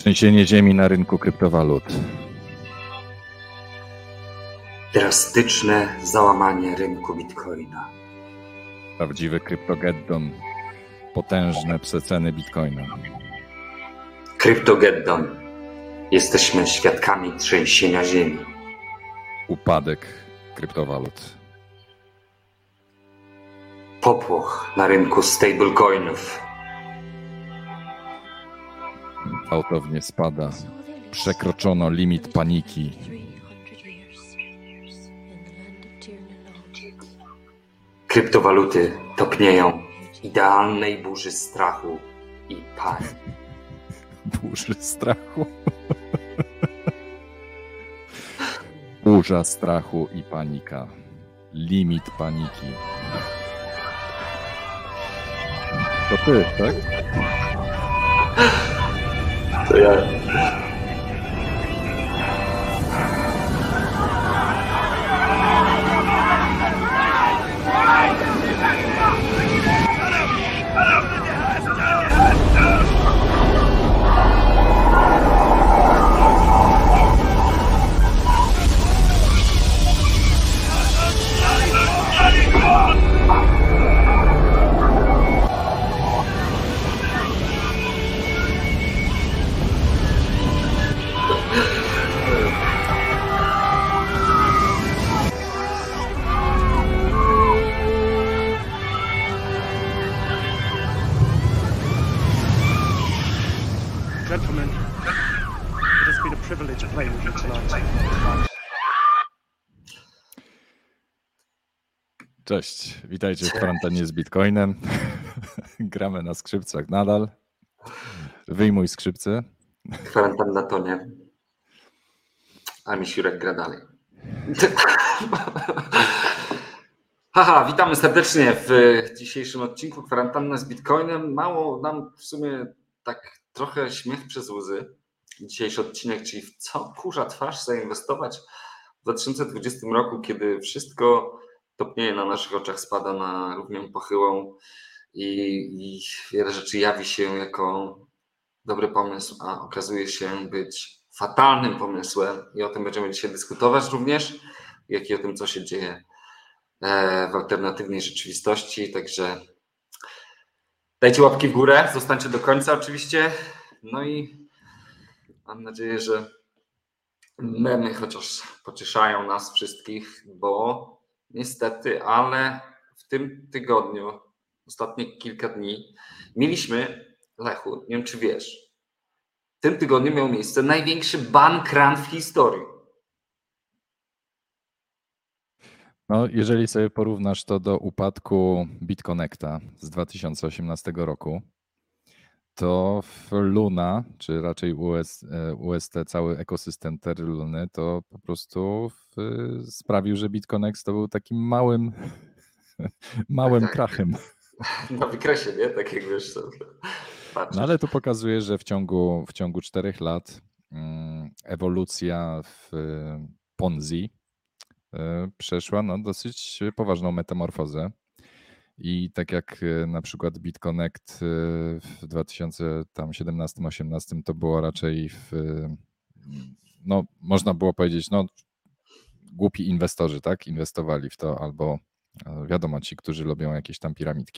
Trzęsienie ziemi na rynku kryptowalut. Drastyczne załamanie rynku bitcoina. Prawdziwy kryptogeddon. Potężne przeceny bitcoina. Kryptogeddon. Jesteśmy świadkami trzęsienia ziemi. Upadek kryptowalut. Popłoch na rynku stablecoinów. Gwałtownie spada. Przekroczono limit paniki. Kryptowaluty topnieją w idealnej burzy strachu i paniki. Burzy strachu. Burza strachu i panika. Limit paniki. To ty, tak? To ja. Gentlemen, it has been a privilege playing with you tonight. Cześć, witajcie w kwarantannie z Bitcoinem. Gramy na skrzypcach nadal. Wyjmuj skrzypce. Kwarantanna to nie. A Misiurek gra dalej. Haha, witamy serdecznie w dzisiejszym odcinku Kwarantanna z Bitcoinem. Mało nam w sumie tak trochę śmiech przez łzy. Dzisiejszy odcinek, czyli w co kurza twarz zainwestować w 2020 roku, kiedy wszystko topnieje na naszych oczach, spada na równią pochyłą i wiele rzeczy jawi się jako dobry pomysł, a okazuje się być fatalnym pomysłem i o tym będziemy dzisiaj dyskutować również, jak i o tym, co się dzieje w alternatywnej rzeczywistości, także dajcie łapki w górę, zostańcie do końca oczywiście, no i mam nadzieję, że memy chociaż pocieszają nas wszystkich, bo niestety, ale w tym tygodniu, ostatnie kilka dni mieliśmy, Lechu, nie wiem czy wiesz, w tym tygodniu miał miejsce największy bank run w historii. No, jeżeli sobie porównasz to do upadku BitConnecta z 2018 roku, to w Luna, czy raczej UST, cały ekosystem Terry Luny, to po prostu sprawił, że BitConnect to był takim małym Tak. krachem. Na wykresie, nie? Tak jak wiesz. No ale to pokazuje, że w ciągu 4 lat ewolucja w Ponzi przeszła dosyć poważną metamorfozę. I tak jak na przykład BitConnect w 2017-18 to było raczej można było powiedzieć, głupi inwestorzy, tak, inwestowali w to, albo wiadomo, ci, którzy lubią jakieś tam piramidki.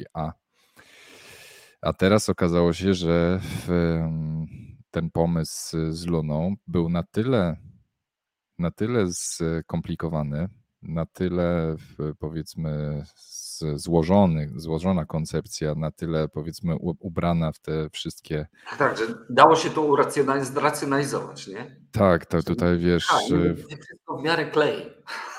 A teraz okazało się, że ten pomysł z Luną był na tyle skomplikowany, na tyle powiedzmy złożona koncepcja, na tyle powiedzmy ubrana w te wszystkie... Tak, że dało się to zracjonalizować, nie? Tak, tutaj wiesz... Wszystko w miarę klei.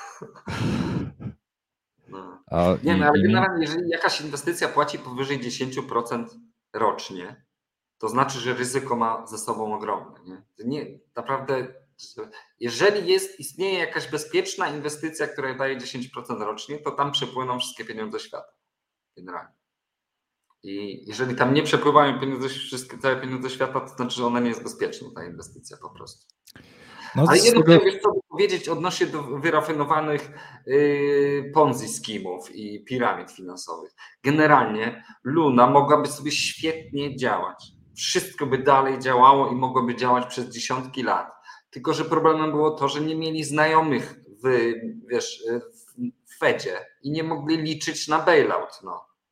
No. Ale generalnie jeżeli jakaś inwestycja płaci powyżej 10% rocznie, to znaczy, że ryzyko ma ze sobą ogromne. Nie, naprawdę, jeżeli istnieje jakaś bezpieczna inwestycja, która daje 10% rocznie, to tam przepłyną wszystkie pieniądze świata. Generalnie. I jeżeli tam nie przepływają całe pieniądze świata, to znaczy, że ona nie jest bezpieczna, ta inwestycja po prostu. Ale jedno chciałem powiedzieć odnośnie do wyrafinowanych Ponzi schemów i piramid finansowych. Generalnie Luna mogłaby sobie świetnie działać wszystko by dalej działało i mogłoby działać przez dziesiątki lat. Tylko że problemem było to, że nie mieli znajomych w Fedzie i nie mogli liczyć na bailout.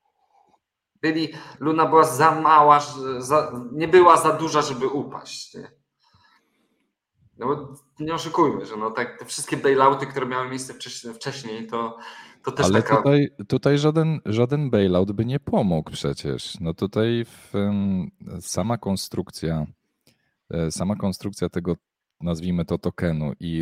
Luna była za mała, nie była za duża, żeby upaść. Nie? No bo nie oszukujmy, że tak te wszystkie bailouty, które miały miejsce wcześniej, to też ale taka... tutaj żaden bailout by nie pomógł przecież. No tutaj sama konstrukcja tego, nazwijmy to, tokenu i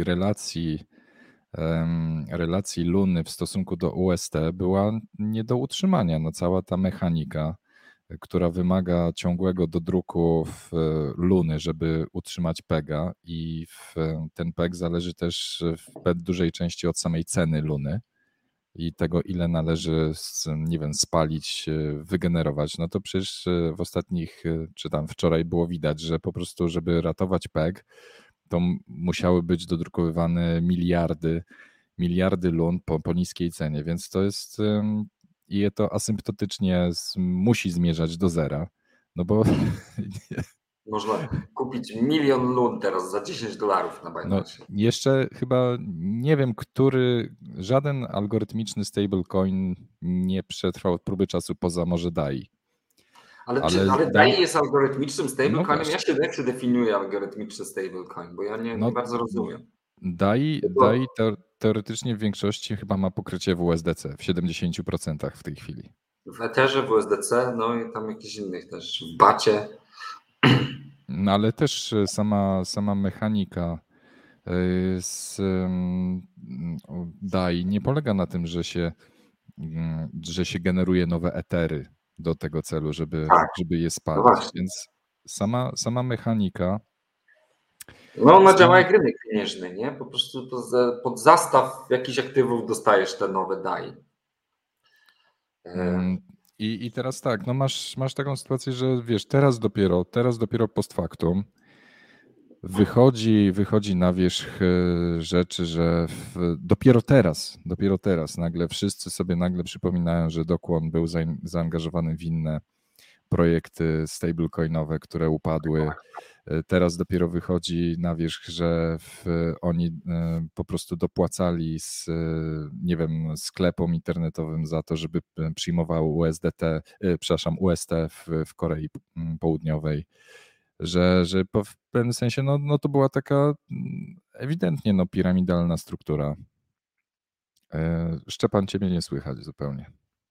relacji Luny w stosunku do UST była nie do utrzymania. No cała ta mechanika, która wymaga ciągłego dodruku w Luny, żeby utrzymać PEGa i ten PEG zależy też w dużej części od samej ceny Luny i tego, ile należy, nie wiem, spalić, wygenerować, no to przecież w ostatnich, czy tam wczoraj było widać, że po prostu, żeby ratować PEG, to musiały być dodrukowywane miliardy lun po niskiej cenie, więc to jest i to asymptotycznie musi zmierzać do zera, no bo można kupić 1 milion lun teraz za $10 na Binance. No, jeszcze chyba nie wiem, żaden algorytmiczny stablecoin nie przetrwał próby czasu poza może DAI. Ale DAI jest algorytmicznym stablecoinem? No jak się definiuje algorytmiczny stablecoin? Bo ja nie bardzo rozumiem. DAI teoretycznie w większości chyba ma pokrycie w USDC w 70% w tej chwili. W Etherze, w USDC, no i tam jakichś innych też, w BAT-cie. No ale też sama mechanika z DAI nie polega na tym, że się generuje nowe etery do tego celu, żeby je spalić. No więc sama mechanika. No ona działa jak rynek pieniężny, nie? Po prostu pod zastaw jakichś aktywów dostajesz te nowe DAI. I teraz tak, no masz taką sytuację, że wiesz, teraz dopiero post factum wychodzi na wierzch rzeczy, że dopiero teraz nagle wszyscy sobie przypominają, że Do Kwon był zaangażowany w inne projekty stablecoinowe, które upadły. Teraz dopiero wychodzi na wierzch, że oni po prostu dopłacali sklepom internetowym za to, żeby przyjmowały UST w Korei Południowej. Że w pewnym sensie no to była taka ewidentnie piramidalna struktura. Szczepan, ciebie nie słychać zupełnie.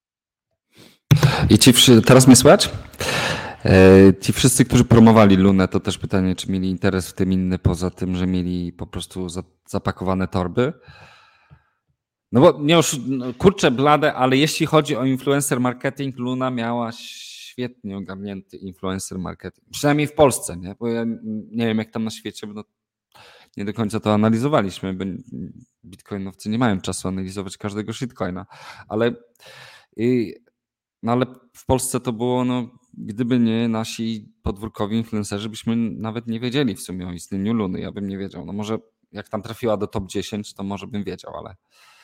I teraz mnie słychać? Ci wszyscy, którzy promowali Lunę, to też pytanie, czy mieli interes w tym inny, poza tym, że mieli po prostu zapakowane torby. No bo kurczę blade, ale jeśli chodzi o influencer marketing, Luna miała świetnie ogarnięty influencer marketing. Przynajmniej w Polsce, nie? Bo ja nie wiem jak tam na świecie, bo nie do końca to analizowaliśmy, bo bitcoinowcy nie mają czasu analizować każdego shitcoina, ale w Polsce to było, gdyby nie nasi podwórkowi influencerzy, byśmy nawet nie wiedzieli w sumie o istnieniu Luny. Ja bym nie wiedział. No może jak tam trafiła do top 10, to może bym wiedział, ale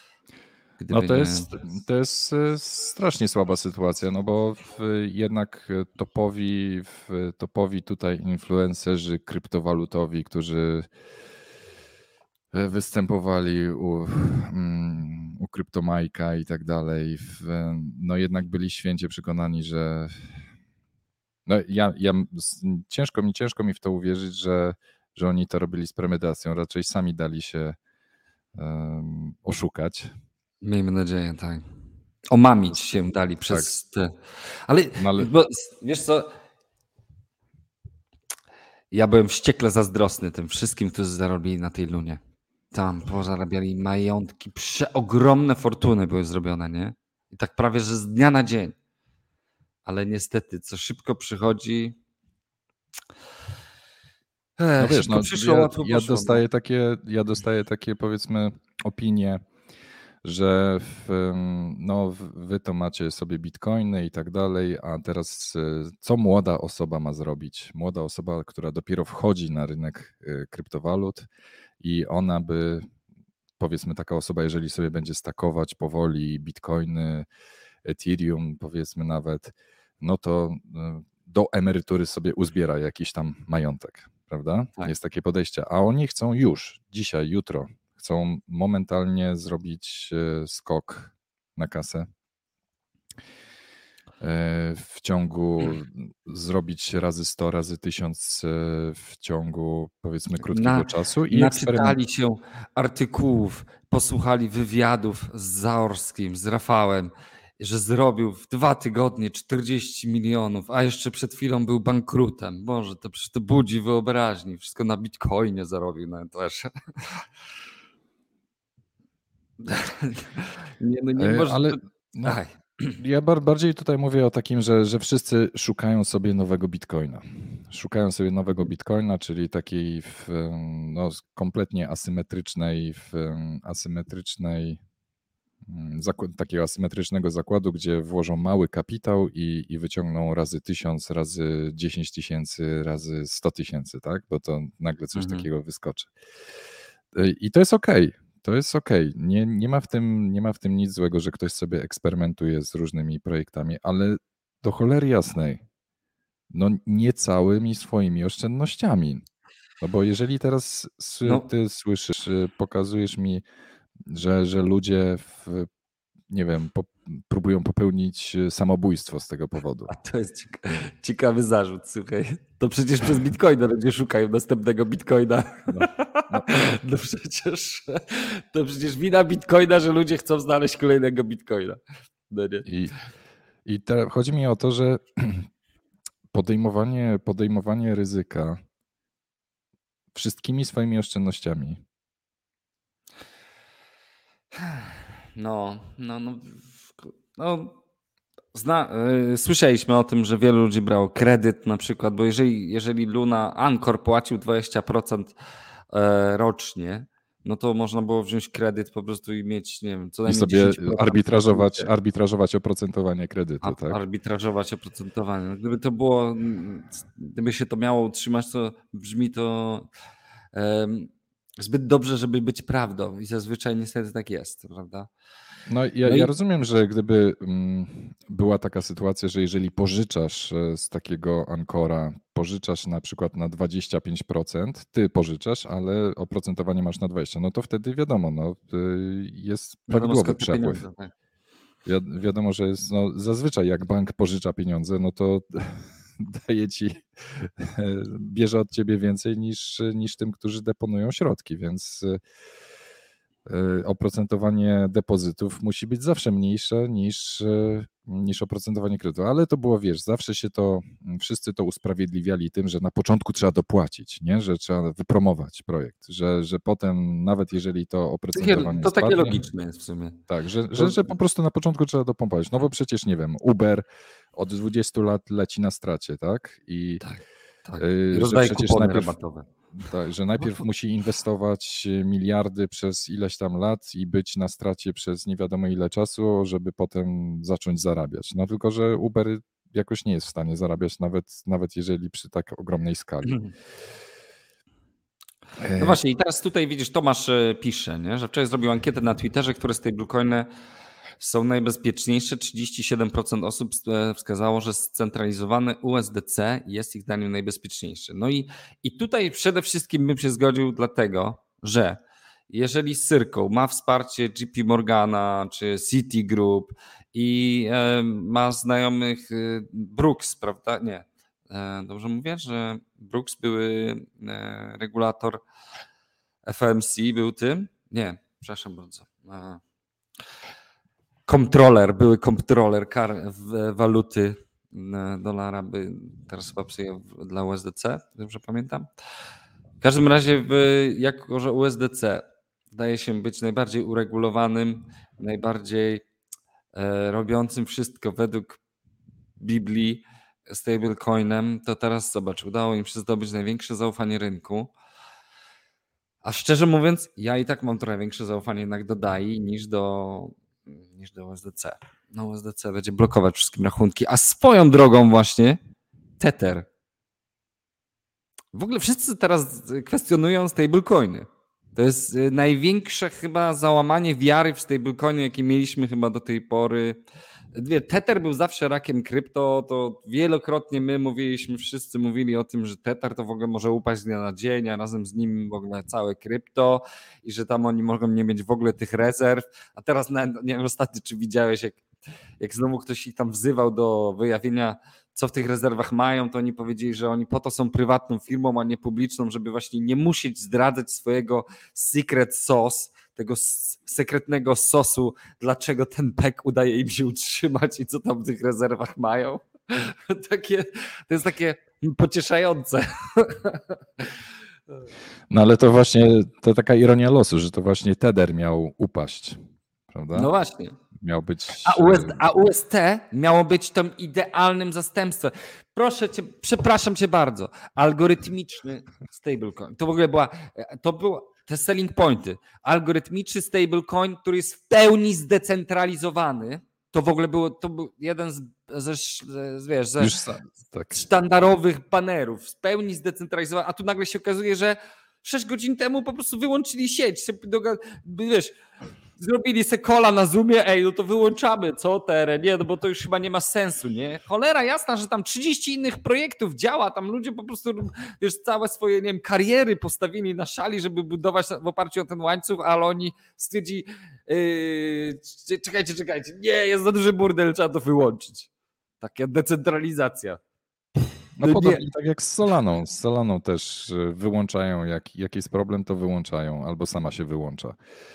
to jest strasznie słaba sytuacja, no bo jednak topowi tutaj influencerzy kryptowalutowi, którzy występowali u CryptoMike'a i tak dalej, no jednak byli święcie przekonani, że ciężko mi w to uwierzyć, że oni to robili z premedytacją, raczej sami dali się oszukać. Miejmy nadzieję, tak. Omamić się dali przez te... Ale bo, wiesz co, ja byłem wściekle zazdrosny tym wszystkim, którzy zarobili na tej Lunie. Tam pozarabiali majątki, przeogromne fortuny były zrobione, nie? I tak prawie, że z dnia na dzień. Ale niestety, co szybko przychodzi... No wiesz, ja dostaję takie powiedzmy opinie, że wy to macie sobie bitcoiny i tak dalej, a teraz co młoda osoba ma zrobić? Młoda osoba, która dopiero wchodzi na rynek kryptowalut i ona by, powiedzmy taka osoba, jeżeli sobie będzie stakować powoli bitcoiny, Ethereum powiedzmy nawet, no to do emerytury sobie uzbiera jakiś tam majątek, prawda? Tak. Jest takie podejście, a oni chcą już, dzisiaj, jutro, chcą momentalnie zrobić skok na kasę. W ciągu zrobić razy 100, razy 1000 w ciągu powiedzmy krótkiego czasu i Naczytali się artykułów, posłuchali wywiadów z Zaorskim, z Rafałem, że zrobił w 2 tygodnie 40 milionów, a jeszcze przed chwilą był bankrutem. Boże, to przecież to budzi wyobraźni. Wszystko na Bitcoinie zarobił na też. nie może... Ale ja bardziej tutaj mówię o takim, że wszyscy szukają sobie nowego Bitcoina. Szukają sobie nowego Bitcoina, czyli takiej kompletnie takiego asymetrycznego zakładu, gdzie włożą mały kapitał i wyciągną razy 1000, razy 10 tysięcy, razy 100 tysięcy, tak? Bo to nagle coś takiego wyskoczy. I to jest okej. To jest okej. Nie ma w tym nic złego, że ktoś sobie eksperymentuje z różnymi projektami, ale do cholery jasnej, nie całymi swoimi oszczędnościami. No bo jeżeli teraz ty słyszysz, pokazujesz mi, że ludzie nie wiem, próbują popełnić samobójstwo z tego powodu. A to jest ciekawy zarzut, słuchaj. To przecież przez Bitcoina ludzie szukają następnego Bitcoina. No przecież to przecież wina Bitcoina, że ludzie chcą znaleźć kolejnego Bitcoina. No nie. Chodzi mi o to, że podejmowanie ryzyka wszystkimi swoimi oszczędnościami. Słyszeliśmy o tym, że wielu ludzi brało kredyt na przykład, bo jeżeli Anchor płacił 20% rocznie, no to można było wziąć kredyt po prostu i mieć, nie wiem, co najmniej i sobie 10%. arbitrażować oprocentowanie kredytu, tak? Arbitrażować oprocentowanie. No, gdyby się to miało utrzymać, to brzmi to zbyt dobrze, żeby być prawdą i zazwyczaj niestety tak jest, prawda? Ja rozumiem, że gdyby była taka sytuacja, że jeżeli pożyczasz z takiego Anchora, pożyczasz na przykład na 25%, ty pożyczasz, ale oprocentowanie masz na 20%, no to wtedy wiadomo, jest prawidłowy przepływ. Tak. Wiadomo, że jest, zazwyczaj jak bank pożycza pieniądze, no to bierze od ciebie więcej niż tym, którzy deponują środki, więc oprocentowanie depozytów musi być zawsze mniejsze niż oprocentowanie kredytu. Ale to było, zawsze wszyscy to usprawiedliwiali tym, że na początku trzeba dopłacić, nie? Że trzeba wypromować projekt, że potem nawet jeżeli to oprocentowanie to spadnie, takie logiczne jest w sumie. Tak, że po prostu na początku trzeba dopompować. No bo przecież, nie wiem, Uber od 20 lat leci na stracie, tak? Tak. I rozdaje kupony rabatowe. Tak, że najpierw musi inwestować miliardy przez ileś tam lat i być na stracie przez nie wiadomo ile czasu, żeby potem zacząć zarabiać. No tylko, że Uber jakoś nie jest w stanie zarabiać nawet jeżeli przy tak ogromnej skali. No właśnie i teraz tutaj widzisz, Tomasz pisze, nie? Że wczoraj zrobił ankietę na Twitterze, które stablecoiny są najbezpieczniejsze. 37% osób wskazało, że scentralizowany USDC jest ich zdaniem najbezpieczniejszy. No i tutaj przede wszystkim bym się zgodził dlatego, że jeżeli Circle ma wsparcie JP Morgana czy Citigroup i ma znajomych Brooks, prawda? Nie. Dobrze mówię, że Brooks były regulator FOMC, był tym? Nie, przepraszam bardzo. Były comptroller waluty dolara, teraz chyba przyjął dla USDC, dobrze pamiętam. W każdym razie, jako że USDC wydaje się być najbardziej uregulowanym, najbardziej robiącym wszystko według Biblii stablecoinem, to teraz zobacz, udało im się zdobyć największe zaufanie rynku. A szczerze mówiąc, ja i tak mam trochę większe zaufanie jednak do DAI niż do USDC. No USDC będzie blokować wszystkie rachunki, a swoją drogą właśnie Tether. W ogóle wszyscy teraz kwestionują stablecoiny. To jest największe chyba załamanie wiary w stablecoiny, jakie mieliśmy chyba do tej pory. Tether był zawsze rakiem krypto, to wielokrotnie my mówiliśmy, wszyscy mówili o tym, że Tether to w ogóle może upaść z dnia na dzień, a razem z nim w ogóle całe krypto i że tam oni mogą nie mieć w ogóle tych rezerw, a teraz nie wiem ostatnio czy widziałeś, jak znowu ktoś ich tam wzywał do wyjawienia, co w tych rezerwach mają, to oni powiedzieli, że oni po to są prywatną firmą, a nie publiczną, żeby właśnie nie musieć zdradzać swojego secret sauce, tego sekretnego sosu, dlaczego ten pek udaje im się utrzymać i co tam w tych rezerwach mają. To jest takie pocieszające. No ale to właśnie, to taka ironia losu, że to właśnie Tether miał upaść, prawda? No właśnie. Miał być... A UST miało być tym idealnym zastępstwem. Proszę cię, przepraszam cię bardzo. Algorytmiczny stablecoin. To w ogóle było te selling pointy. Algorytmiczny stablecoin, który jest w pełni zdecentralizowany. To w ogóle to był jeden ze sztandarowych banerów. W pełni zdecentralizowany. A tu nagle się okazuje, że 6 godzin temu po prostu wyłączyli sieć. Wiesz, zrobili se kola na Zoomie, no to wyłączamy, co teraz? Nie, no bo to już chyba nie ma sensu, nie? Cholera jasna, że tam 30 innych projektów działa, tam ludzie po prostu, wiesz, całe swoje, nie wiem, kariery postawili na szali, żeby budować w oparciu o ten łańcuch, ale oni stwierdzili, czekajcie, nie, jest za duży burdel, trzeba to wyłączyć. Taka decentralizacja. No podobnie tak jak z Solaną. Z Solaną też wyłączają, jak jest problem, to wyłączają, albo sama się wyłącza.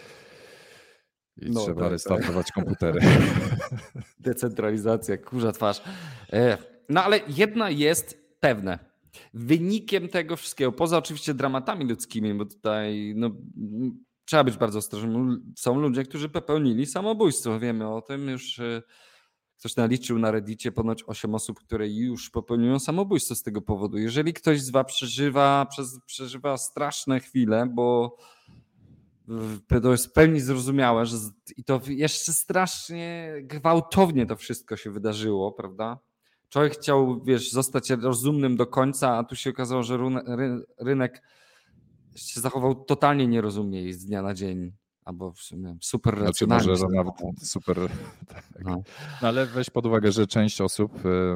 I trzeba restartować komputery. Decentralizacja, kurza twarz. No ale jedna jest pewne. Wynikiem tego wszystkiego, poza oczywiście dramatami ludzkimi, bo tutaj trzeba być bardzo ostrożnym. Są ludzie, którzy popełnili samobójstwo. Wiemy o tym już. Ktoś naliczył na Reddicie ponoć 8 osób, które już popełniują samobójstwo z tego powodu. Jeżeli ktoś z was przeżywa straszne chwile, bo to jest w pełni zrozumiałe, że i to jeszcze strasznie gwałtownie to wszystko się wydarzyło, prawda? Człowiek chciał, wiesz, zostać rozumnym do końca, a tu się okazało, że rynek się zachował totalnie nierozumnie z dnia na dzień, albo w sumie super racjonalnie. Znaczy może nawet super... Tak. No, ale weź pod uwagę, że część osób,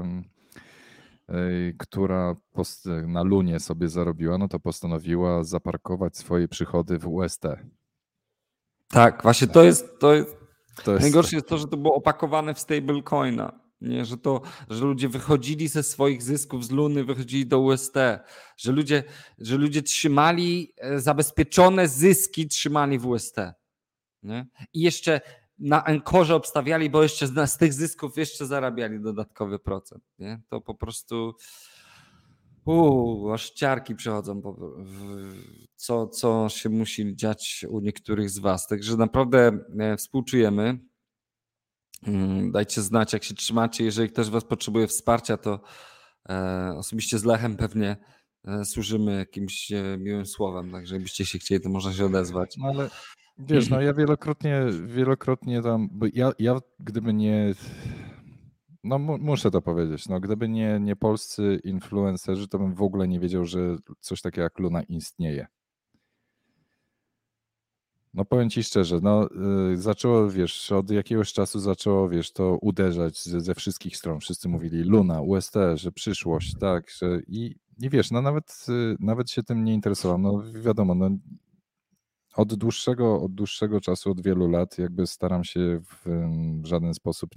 która na Lunie sobie zarobiła, no to postanowiła zaparkować swoje przychody w UST. Tak, właśnie to jest najgorsze jest to, że to było opakowane w stablecoina. Nie, że ludzie wychodzili ze swoich zysków z Luny, wychodzili do UST, że ludzie trzymali zabezpieczone zyski, trzymali w UST. Nie? I jeszcze na Ankorze obstawiali, bo jeszcze z tych zysków jeszcze zarabiali dodatkowy procent. Nie? To po prostu aż ciarki przychodzą, co się musi dziać u niektórych z was. Także naprawdę współczujemy. Dajcie znać, jak się trzymacie. Jeżeli ktoś z was potrzebuje wsparcia, to osobiście z Lechem pewnie służymy jakimś miłym słowem. Także jakbyście się chcieli, to można się odezwać. No ale wiesz, no ja wielokrotnie tam, bo ja gdyby nie, no muszę to powiedzieć, no gdyby nie polscy influencerzy, to bym w ogóle nie wiedział, że coś takiego jak Luna istnieje. No powiem ci szczerze, zaczęło, wiesz, od jakiegoś czasu zaczęło, wiesz, to uderzać ze wszystkich stron. Wszyscy mówili Luna, UST, że przyszłość, tak, że i wiesz, no nawet się tym nie interesowałem. No wiadomo, no od dłuższego czasu, od wielu lat jakby staram się w żaden sposób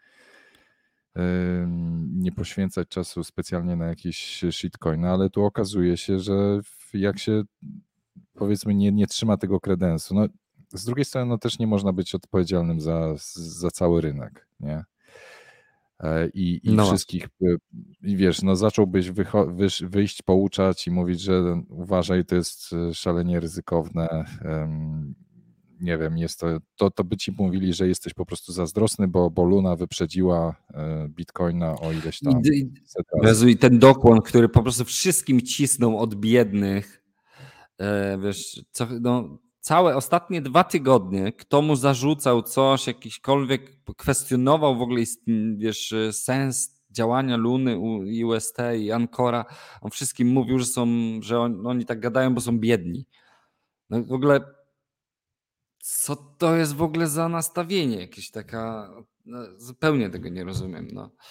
nie poświęcać czasu specjalnie na jakieś shitcoiny, ale tu okazuje się, że jak się powiedzmy nie trzyma tego kredensu, no z drugiej strony no też nie można być odpowiedzialnym za cały rynek, nie? I wszystkich, i wiesz, no zacząłbyś wyjść, pouczać i mówić, że uważaj, to jest szalenie ryzykowne, nie wiem, jest to by ci mówili, że jesteś po prostu zazdrosny, bo Luna wyprzedziła Bitcoina o ileś tam. Jezu, i ten dokłon, który po prostu wszystkim cisnął od biednych, wiesz, całe ostatnie 2 tygodnie, kto mu zarzucał coś, jakiśkolwiek kwestionował w ogóle, wiesz, sens działania Luny i UST i Ancora, on wszystkim mówił, że oni tak gadają, bo są biedni. No w ogóle co to jest w ogóle za nastawienie? Jakieś taka... No, zupełnie tego nie rozumiem.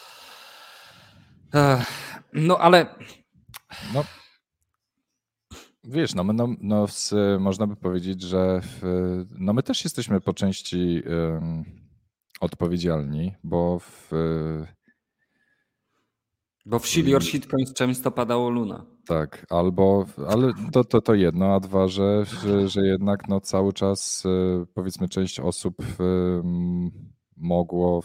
No ale... No, wiesz, można by powiedzieć, że my też jesteśmy po części odpowiedzialni, bo Bo w Chili or shitcoin często padało Luna. tak, ale to jedno, a dwa, że jednak cały czas powiedzmy część osób mogło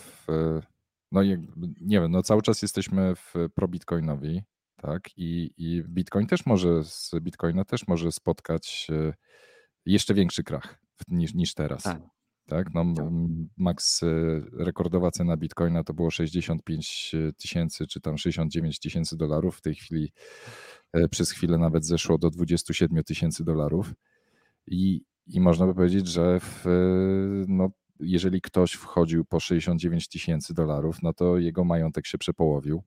nie wiem, cały czas jesteśmy pro-bitcoinowi, tak, i z Bitcoina też może spotkać jeszcze większy krach niż teraz. Tak, max rekordowa cena Bitcoina to było 65 000 czy tam 69 000 dolarów. W tej chwili przez chwilę nawet zeszło do 27 000 dolarów. I można by powiedzieć, że jeżeli ktoś wchodził po 69 000 dolarów, no to jego majątek się przepołowił.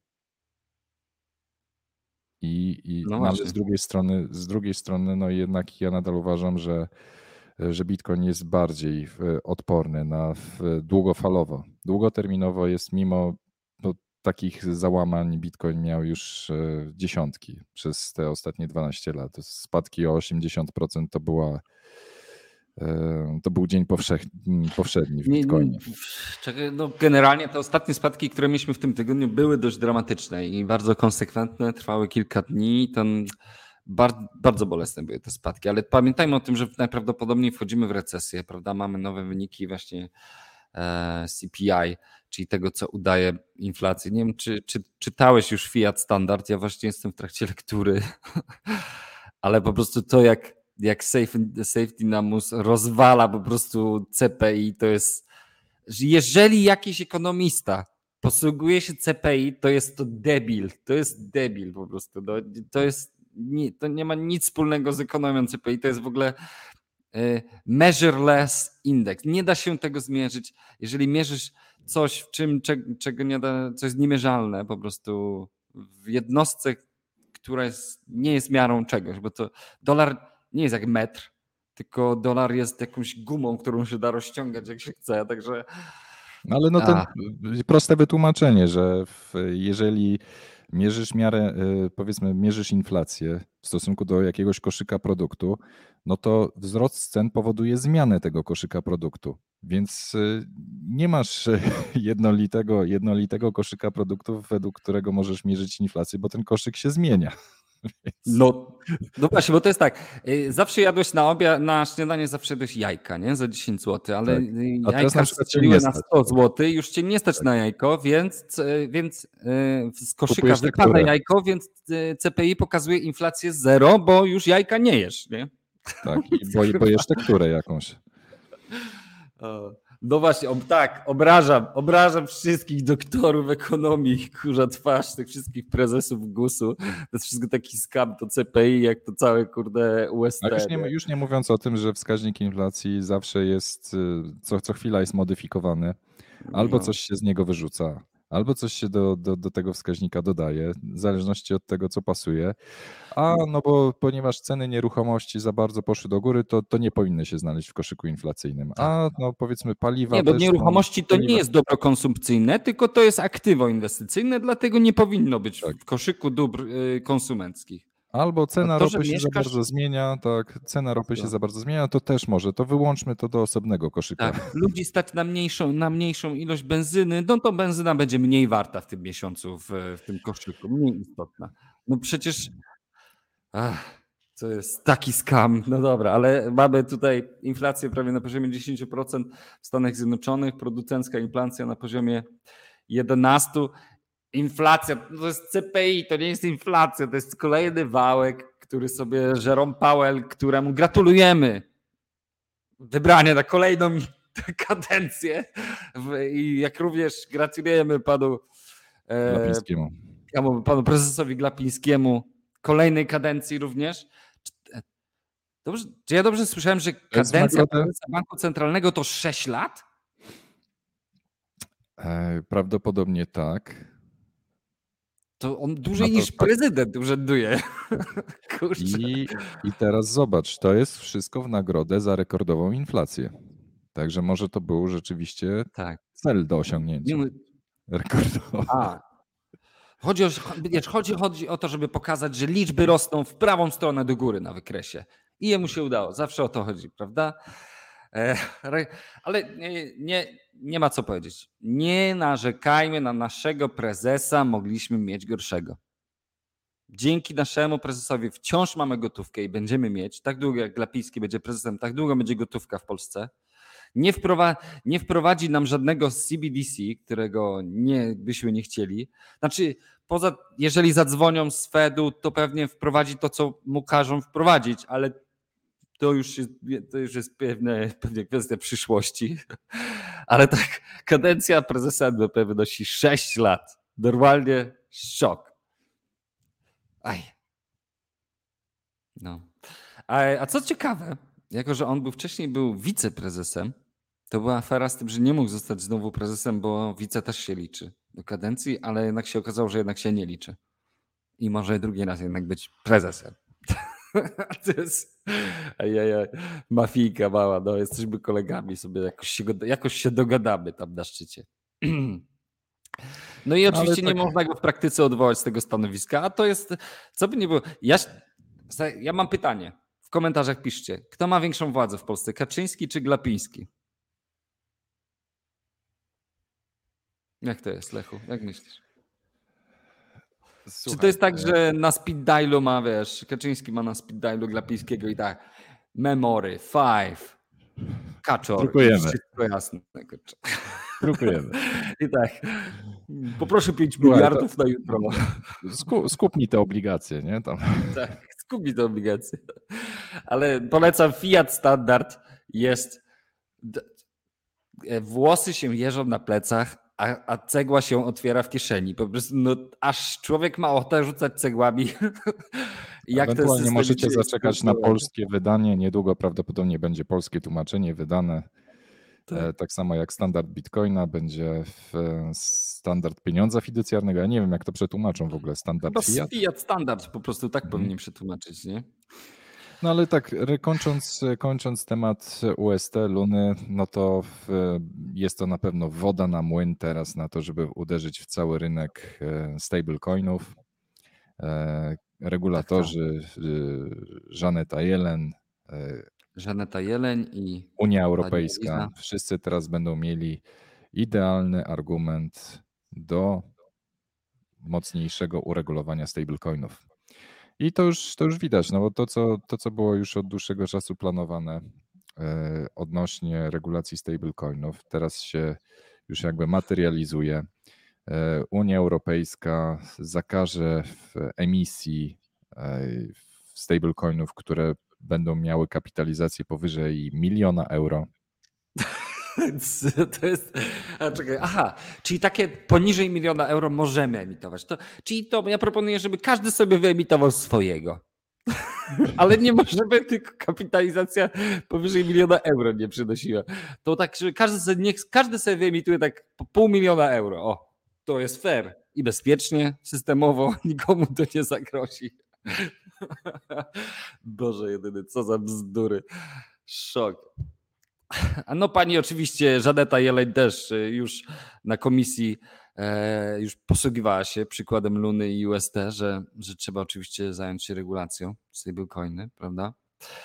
Ale z drugiej strony, no jednak ja nadal uważam, że Bitcoin jest bardziej odporny na długofalowo. Długoterminowo jest mimo takich załamań Bitcoin miał już dziesiątki przez te ostatnie 12 lat. Spadki o 80% to był dzień powszedni w Bitcoinie. Generalnie te ostatnie spadki, które mieliśmy w tym tygodniu, były dość dramatyczne i bardzo konsekwentne, trwały kilka dni. Bardzo bolesne były te spadki, ale pamiętajmy o tym, że najprawdopodobniej wchodzimy w recesję, prawda? Mamy nowe wyniki właśnie CPI, czyli tego, co udaje inflację. Nie wiem, czy czytałeś już Fiat Standard, ja właśnie jestem w trakcie lektury, ale po prostu to jak Safety Namus rozwala po prostu CPI, to jest, jeżeli jakiś ekonomista posługuje się CPI, to jest debil po prostu, to nie ma nic wspólnego z ekonomią CPI, to jest w ogóle measureless index. Nie da się tego zmierzyć. Jeżeli mierzysz coś, czego nie da, co jest niemierzalne po prostu w jednostce, która nie jest miarą czegoś, bo to dolar nie jest jak metr, tylko dolar jest jakąś gumą, którą się da rozciągać jak się chce, także... Ale proste wytłumaczenie, że jeżeli mierzysz mierzysz inflację w stosunku do jakiegoś koszyka produktu, no to wzrost cen powoduje zmianę tego koszyka produktu. Więc nie masz jednolitego koszyka produktów, według którego możesz mierzyć inflację, bo ten koszyk się zmienia. No właśnie, bo to jest tak, zawsze jadłeś na śniadanie zawsze jadłeś jajka, nie? Za 10 zł, ale tak. jajka strzeliły na 100 zł, już cię nie stać na jajko, więc z koszyka wypada jajko, więc CPI pokazuje inflację 0, bo już jajka nie jesz, nie? Tak, bo jesz tekturę jakąś. No właśnie, obrażam wszystkich doktorów ekonomii, kurza twarz, tych wszystkich prezesów GUS-u. To jest wszystko taki scam, to CPI, jak to całe kurde UST. A już nie mówiąc o tym, że wskaźnik inflacji zawsze jest, co chwila jest modyfikowany, albo coś się z niego wyrzuca, albo coś się do tego wskaźnika dodaje, w zależności od tego, co pasuje. Bo ponieważ ceny nieruchomości za bardzo poszły do góry, to nie powinny się znaleźć w koszyku inflacyjnym. A powiedzmy paliwa nie, bo nieruchomości to nie jest dobro konsumpcyjne, tylko to jest aktywo inwestycyjne, dlatego nie powinno być w koszyku dóbr konsumenckich. Albo cena ropy się za bardzo zmienia, tak, cena ropy się za bardzo zmienia, to też może, to wyłączmy to do osobnego koszyka. Tak, ludzi stać na mniejszą ilość benzyny, no to benzyna będzie mniej warta w tym miesiącu w tym koszyku, mniej istotna. No przecież to jest taki scam, no dobra, ale mamy tutaj inflację prawie na poziomie 10% w Stanach Zjednoczonych, producencka inflacja na poziomie 11%. Inflacja, to jest CPI, to nie jest inflacja, to jest kolejny wałek, który sobie Jerome Powell, któremu gratulujemy wybrania na kolejną kadencję i jak również gratulujemy panu prezesowi Glapińskiemu kolejnej kadencji również. Czy ja dobrze słyszałem, że kadencja prezesa Banku Centralnego to 6 lat? Prawdopodobnie tak. To on dłużej No to niż tak. prezydent urzęduje. Kurczę. I teraz zobacz, to jest wszystko w nagrodę za rekordową inflację. Także może to był rzeczywiście Tak. cel do Nie osiągnięcia. mów- Rekordowy. Chodzi o to, żeby pokazać, że liczby rosną w prawą stronę do góry na wykresie. I jemu się udało. Zawsze o to chodzi, prawda? Ale nie ma co powiedzieć. Nie narzekajmy na naszego prezesa, mogliśmy mieć gorszego. Dzięki naszemu prezesowi wciąż mamy gotówkę i będziemy mieć, tak długo jak Glapiński będzie prezesem, tak długo będzie gotówka w Polsce. Nie wprowadzi nam żadnego CBDC, którego byśmy nie chcieli. Znaczy, jeżeli zadzwonią z Fedu, to pewnie wprowadzi to, co mu każą wprowadzić, ale to już jest pewnie kwestia przyszłości. Ale tak, kadencja prezesa NBP wynosi 6 lat. Normalnie szok. No. A co ciekawe, jako że on wcześniej był wiceprezesem, to była afera z tym, że nie mógł zostać znowu prezesem, bo wice też się liczy do kadencji, ale jednak się okazało, że jednak się nie liczy. I może drugi raz jednak być prezesem. To jest mafijka mała, no jesteśmy kolegami, sobie jakoś się dogadamy tam na szczycie. No i oczywiście nie można go w praktyce odwołać z tego stanowiska, a to jest, co by nie było. Ja mam pytanie, w komentarzach piszcie, kto ma większą władzę w Polsce, Kaczyński czy Glapiński? Jak to jest, Lechu? Jak myślisz? Słuchaj, czy to jest tak, że na speed dialu ma, Kaczyński ma na speed dialu Glapińskiego i tak, memory, 5, kaczor, drukujemy. Wszystko jasne. Drukujemy. I tak, poproszę 5 miliardów na jutro. Skup mi te obligacje, nie? Tam. Tak, skup mi te obligacje. Ale polecam Fiat Standard, włosy się jeżą na plecach, a cegła się otwiera w kieszeni. Po prostu aż człowiek ma ochotę rzucać cegłami. Ewentualnie możecie zaczekać na polskie wydanie. Niedługo prawdopodobnie będzie polskie tłumaczenie wydane. Tak samo jak standard Bitcoina będzie standard pieniądza fiducjarnego. Ja nie wiem, jak to przetłumaczą w ogóle. Standard Fiat? Fiat Standard po prostu tak powinien przetłumaczyć, nie? No ale tak, kończąc temat UST, Luny, no to jest to na pewno woda na młyn teraz na to, żeby uderzyć w cały rynek stablecoinów. Regulatorzy, Żaneta Jeleń i Unia Europejska, wszyscy teraz będą mieli idealny argument do mocniejszego uregulowania stablecoinów. I to już widać, no bo to, co było już od dłuższego czasu planowane odnośnie regulacji stablecoinów, teraz się już jakby materializuje. Unia Europejska zakaże emisji stablecoinów, które będą miały kapitalizację powyżej 1 000 000 euro. To jest. Czekaj, czyli takie poniżej 1 000 000 euro możemy emitować. Czyli ja proponuję, żeby każdy sobie wyemitował swojego. Ale nie możemy, tylko kapitalizacja powyżej 1 000 000 euro nie przynosiła. To tak, że każdy sobie wyemituje tak po 500 000 euro. O, to jest fair i bezpiecznie, systemowo, nikomu to nie zagrozi. Boże jedyny, co za bzdury. Szok. No pani oczywiście Żaneta Jeleń też już na komisji już posługiwała się przykładem Luny i UST, że trzeba oczywiście zająć się regulacją stablecoiny, prawda?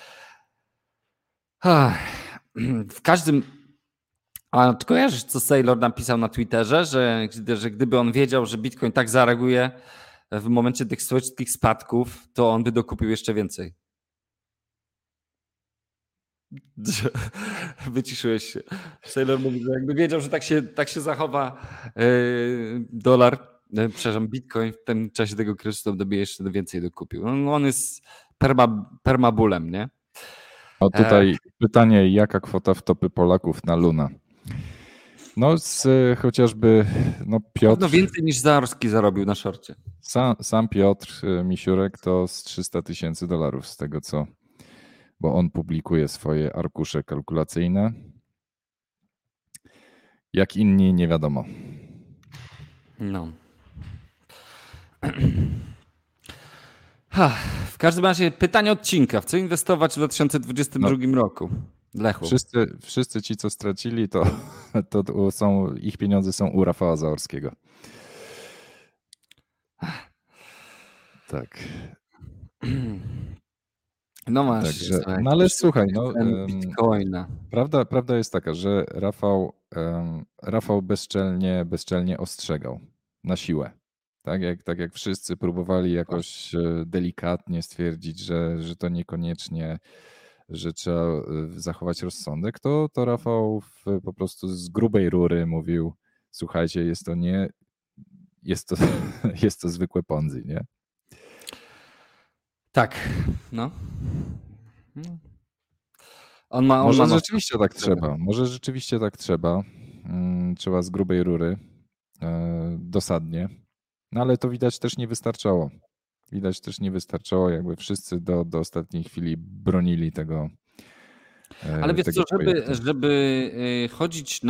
W każdym... A kojarzysz, co Saylor napisał na Twitterze, że gdyby on wiedział, że Bitcoin tak zareaguje w momencie tych wszystkich spadków, to on by dokupił jeszcze więcej. Wyciszyłeś się. Sailor mówi, że jakby wiedział, że tak się zachowa dolar, przepraszam, Bitcoin w tym czasie tego kryzysu, to by jeszcze więcej dokupił. No, on jest permabulem, nie? O tutaj pytanie, jaka kwota wtopy Polaków na Luna? No chociażby Piotr... No więcej niż Zaorski zarobił na szorcie. Sam Piotr Misiurek to z $300,000 z tego co... bo on publikuje swoje arkusze kalkulacyjne. Jak inni, nie wiadomo. No. W każdym razie pytanie odcinka. W co inwestować w 2022 roku? Lechu. Wszyscy ci, co stracili, to ich pieniądze są u Rafała Zaorskiego. Tak. No masz. Także, no ale słuchaj, no, Bitcoina. Prawda jest taka, że Rafał bezczelnie ostrzegał na siłę. Tak jak wszyscy próbowali jakoś delikatnie stwierdzić, że to niekoniecznie, że trzeba zachować rozsądek, to Rafał po prostu z grubej rury mówił: słuchajcie, jest to zwykłe Ponzi, nie? Tak, no. Może rzeczywiście tak trzeba. Może rzeczywiście tak trzeba. Trzeba z grubej rury, dosadnie. No ale to widać też nie wystarczało. Jakby wszyscy do ostatniej chwili bronili tego. Ale wiesz co, żeby chodzić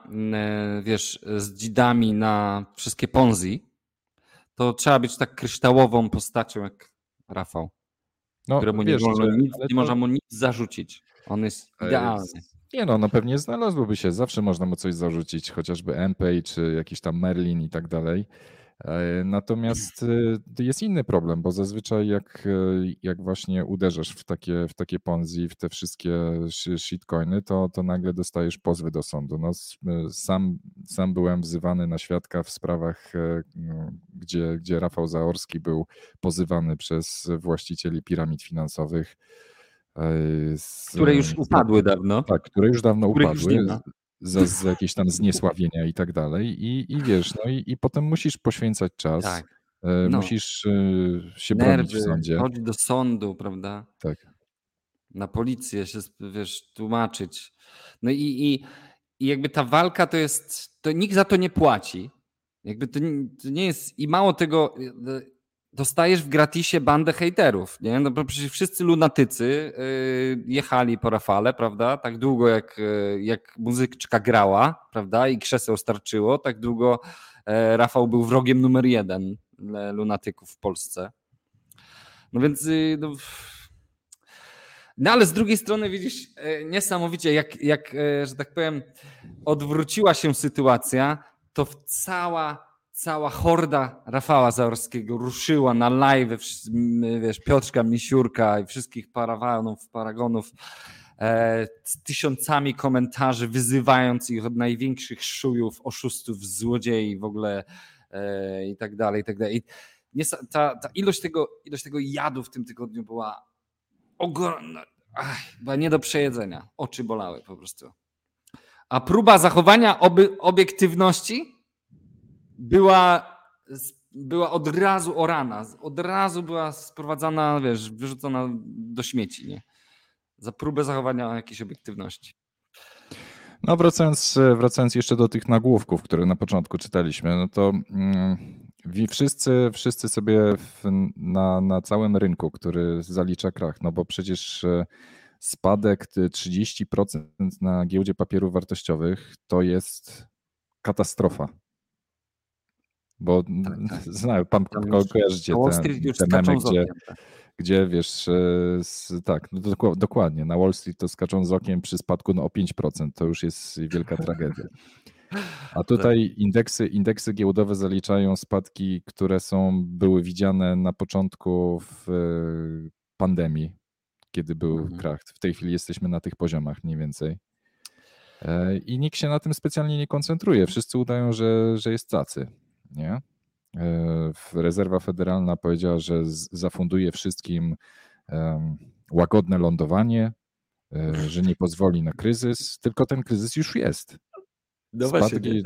z dzidami na wszystkie Ponzi, to trzeba być tak kryształową postacią jak Rafał, któremu nie można mu nic zarzucić. On jest idealny. No pewnie znalazłoby się, zawsze można mu coś zarzucić, chociażby MPay czy jakiś tam Merlin i tak dalej. Natomiast jest inny problem, bo zazwyczaj jak właśnie uderzasz w takie Ponzi, w te wszystkie shitcoiny, to nagle dostajesz pozwy do sądu. No, sam byłem wzywany na świadka w sprawach, gdzie Rafał Zaorski był pozywany przez właścicieli piramid finansowych. Które już upadły dawno. Tak, które już dawno upadły. Za jakieś tam zniesławienia i tak dalej. I wiesz, no i potem musisz poświęcać czas, tak. musisz się bronić w sądzie. Chodzić do sądu, prawda? Tak. Na policję się, tłumaczyć. No i jakby ta walka to nikt za to nie płaci. Jakby to nie jest, i mało tego, dostajesz w gratisie bandę hejterów, nie? No bo przecież wszyscy lunatycy jechali po Rafale, prawda? Tak długo jak muzyczka grała, prawda? I krzeseł starczyło, tak długo Rafał był wrogiem numer 1 lunatyków w Polsce. No więc no ale z drugiej strony widzisz niesamowicie jak że tak powiem odwróciła się sytuacja, to cała horda Rafała Zaorskiego ruszyła na live, wiesz, Piotrka Misiurka i wszystkich paragonów z tysiącami komentarzy, wyzywając ich od największych szujów, oszustów, złodziei w ogóle i tak dalej, i tak dalej. Ta ilość tego jadu w tym tygodniu była ogromna, była nie do przejedzenia. Oczy bolały po prostu. A próba zachowania obiektywności była od razu orana, od razu była sprowadzana, wiesz, wyrzucona do śmieci, nie? Za próbę zachowania jakiejś obiektywności. No wracając jeszcze do tych nagłówków, które na początku czytaliśmy, no to wszyscy sobie na całym rynku, który zalicza krach, no bo przecież spadek 30% na giełdzie papierów wartościowych to jest katastrofa. Bo pan kojarzycie te memy, gdzie wiesz, tak, no dokładnie, na Wall Street to skaczą z okiem przy spadku o 5%, to już jest wielka tragedia. A tutaj indeksy giełdowe zaliczają spadki, które były widziane na początku w pandemii, kiedy był krach. W tej chwili jesteśmy na tych poziomach mniej więcej. I nikt się na tym specjalnie nie koncentruje. Wszyscy udają, że jest cacy, nie? Rezerwa Federalna powiedziała, że zafunduje wszystkim łagodne lądowanie, że nie pozwoli na kryzys, tylko ten kryzys już jest. Spadki,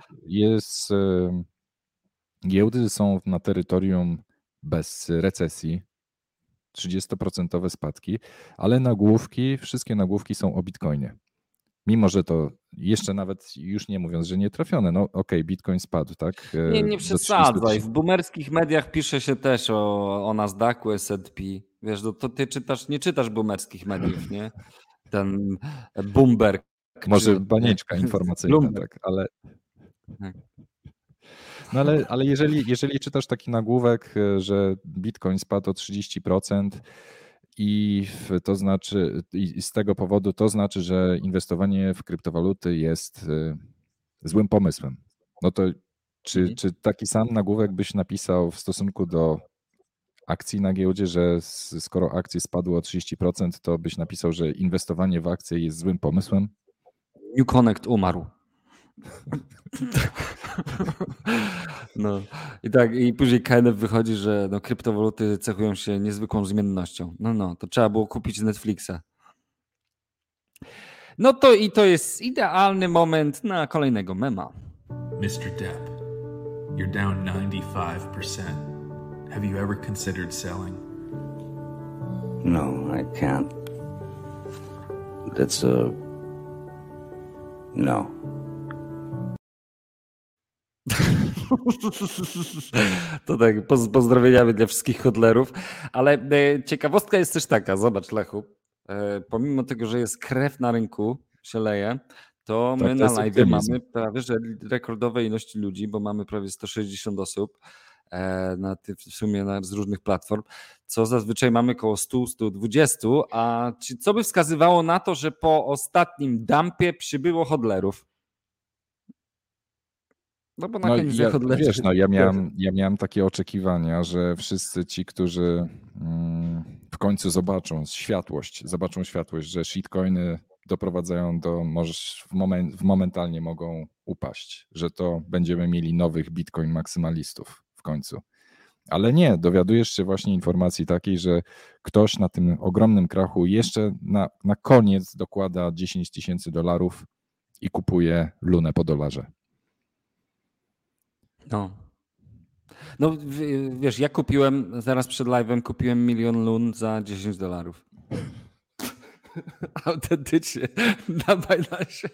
giełdy są na terytorium bez recesji, 30% spadki, ale wszystkie nagłówki są o Bitcoinie. Mimo że to jeszcze nawet, już nie mówiąc, że nie trafione, no okej, Bitcoin spadł, tak? Nie przesadzaj. W boomerskich mediach pisze się też o Nasdaqu, S&P. Wiesz, to ty nie czytasz boomerskich mediów, nie? Ten Bloomberg. Może banieczka informacyjna, tak, ale... No ale jeżeli czytasz taki nagłówek, że Bitcoin spadł o 30% i to znaczy, i z tego powodu to znaczy, że inwestowanie w kryptowaluty jest złym pomysłem, no to czy taki sam nagłówek byś napisał w stosunku do akcji na giełdzie, że skoro akcje spadły o 30%, to byś napisał, że inwestowanie w akcje jest złym pomysłem? New Connect umarł. No i tak, i później KNF wychodzi, że no, kryptowaluty cechują się niezwykłą zmiennością. No, to trzeba było kupić Netflixa. No to i to jest idealny moment na kolejnego mema. Mr. Depp, you're down 95%. Have you ever considered selling? No, I can't. That's a... No. To tak, pozdrowieniami dla wszystkich hodlerów, ale ciekawostka jest też taka, zobacz Lechu, pomimo tego, że jest krew na rynku, się leje, to Tak, my to na jest live optymizm. mamy prawie że rekordowe ilości ludzi, bo mamy prawie 160 osób w sumie z różnych platform, co zazwyczaj mamy około 100-120, a co by wskazywało na to, że po ostatnim dumpie przybyło hodlerów? No bo na koniec hodlerzy... Wiesz, ja miałem takie oczekiwania, że wszyscy ci, którzy w końcu zobaczą światłość, że shitcoiny doprowadzają do, momentalnie mogą upaść, że to będziemy mieli nowych bitcoin maksymalistów w końcu. Ale nie, dowiadujesz się właśnie informacji takiej, że ktoś na tym ogromnym krachu jeszcze na koniec dokłada $10,000 i kupuje lunę po dolarze. No wiesz, ja kupiłem, zaraz przed live'em kupiłem 1 milion lun za $10. Autentycznie, na Binance.